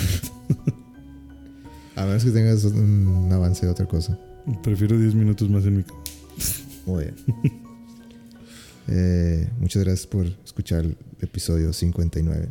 A menos que tengas un avance de otra cosa. Prefiero 10 minutos más en mi cama. Muy bien. Muchas gracias por escuchar el episodio 59.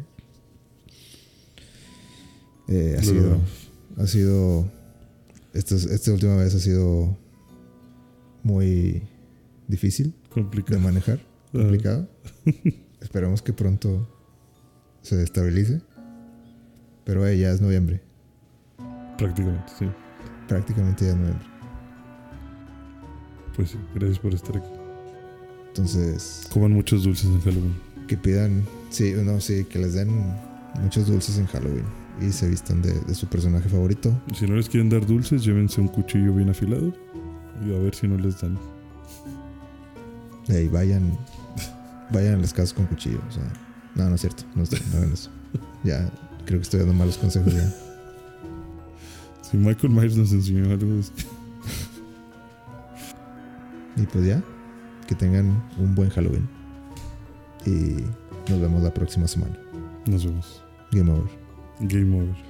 Ha sido esta última vez ha sido muy difícil de manejar, complicado. Esperamos que pronto se estabilice, pero ya es noviembre. Prácticamente, sí. Prácticamente ya es noviembre. Pues sí, gracias por estar aquí. Entonces, coman muchos dulces en Halloween. Que pidan, que les den muchos dulces en Halloween y se vistan de su personaje favorito. Si no les quieren dar dulces, llévense un cuchillo bien afilado y a ver si no les dan. Y vayan a las casas con cuchillo. O sea, no es cierto, no hagan eso. Ya, creo que estoy dando malos consejos ya. Si Michael Myers nos enseñó algo, es que... Y pues ya, que tengan un buen Halloween. Y nos vemos la próxima semana. Nos vemos. Game over. Game over.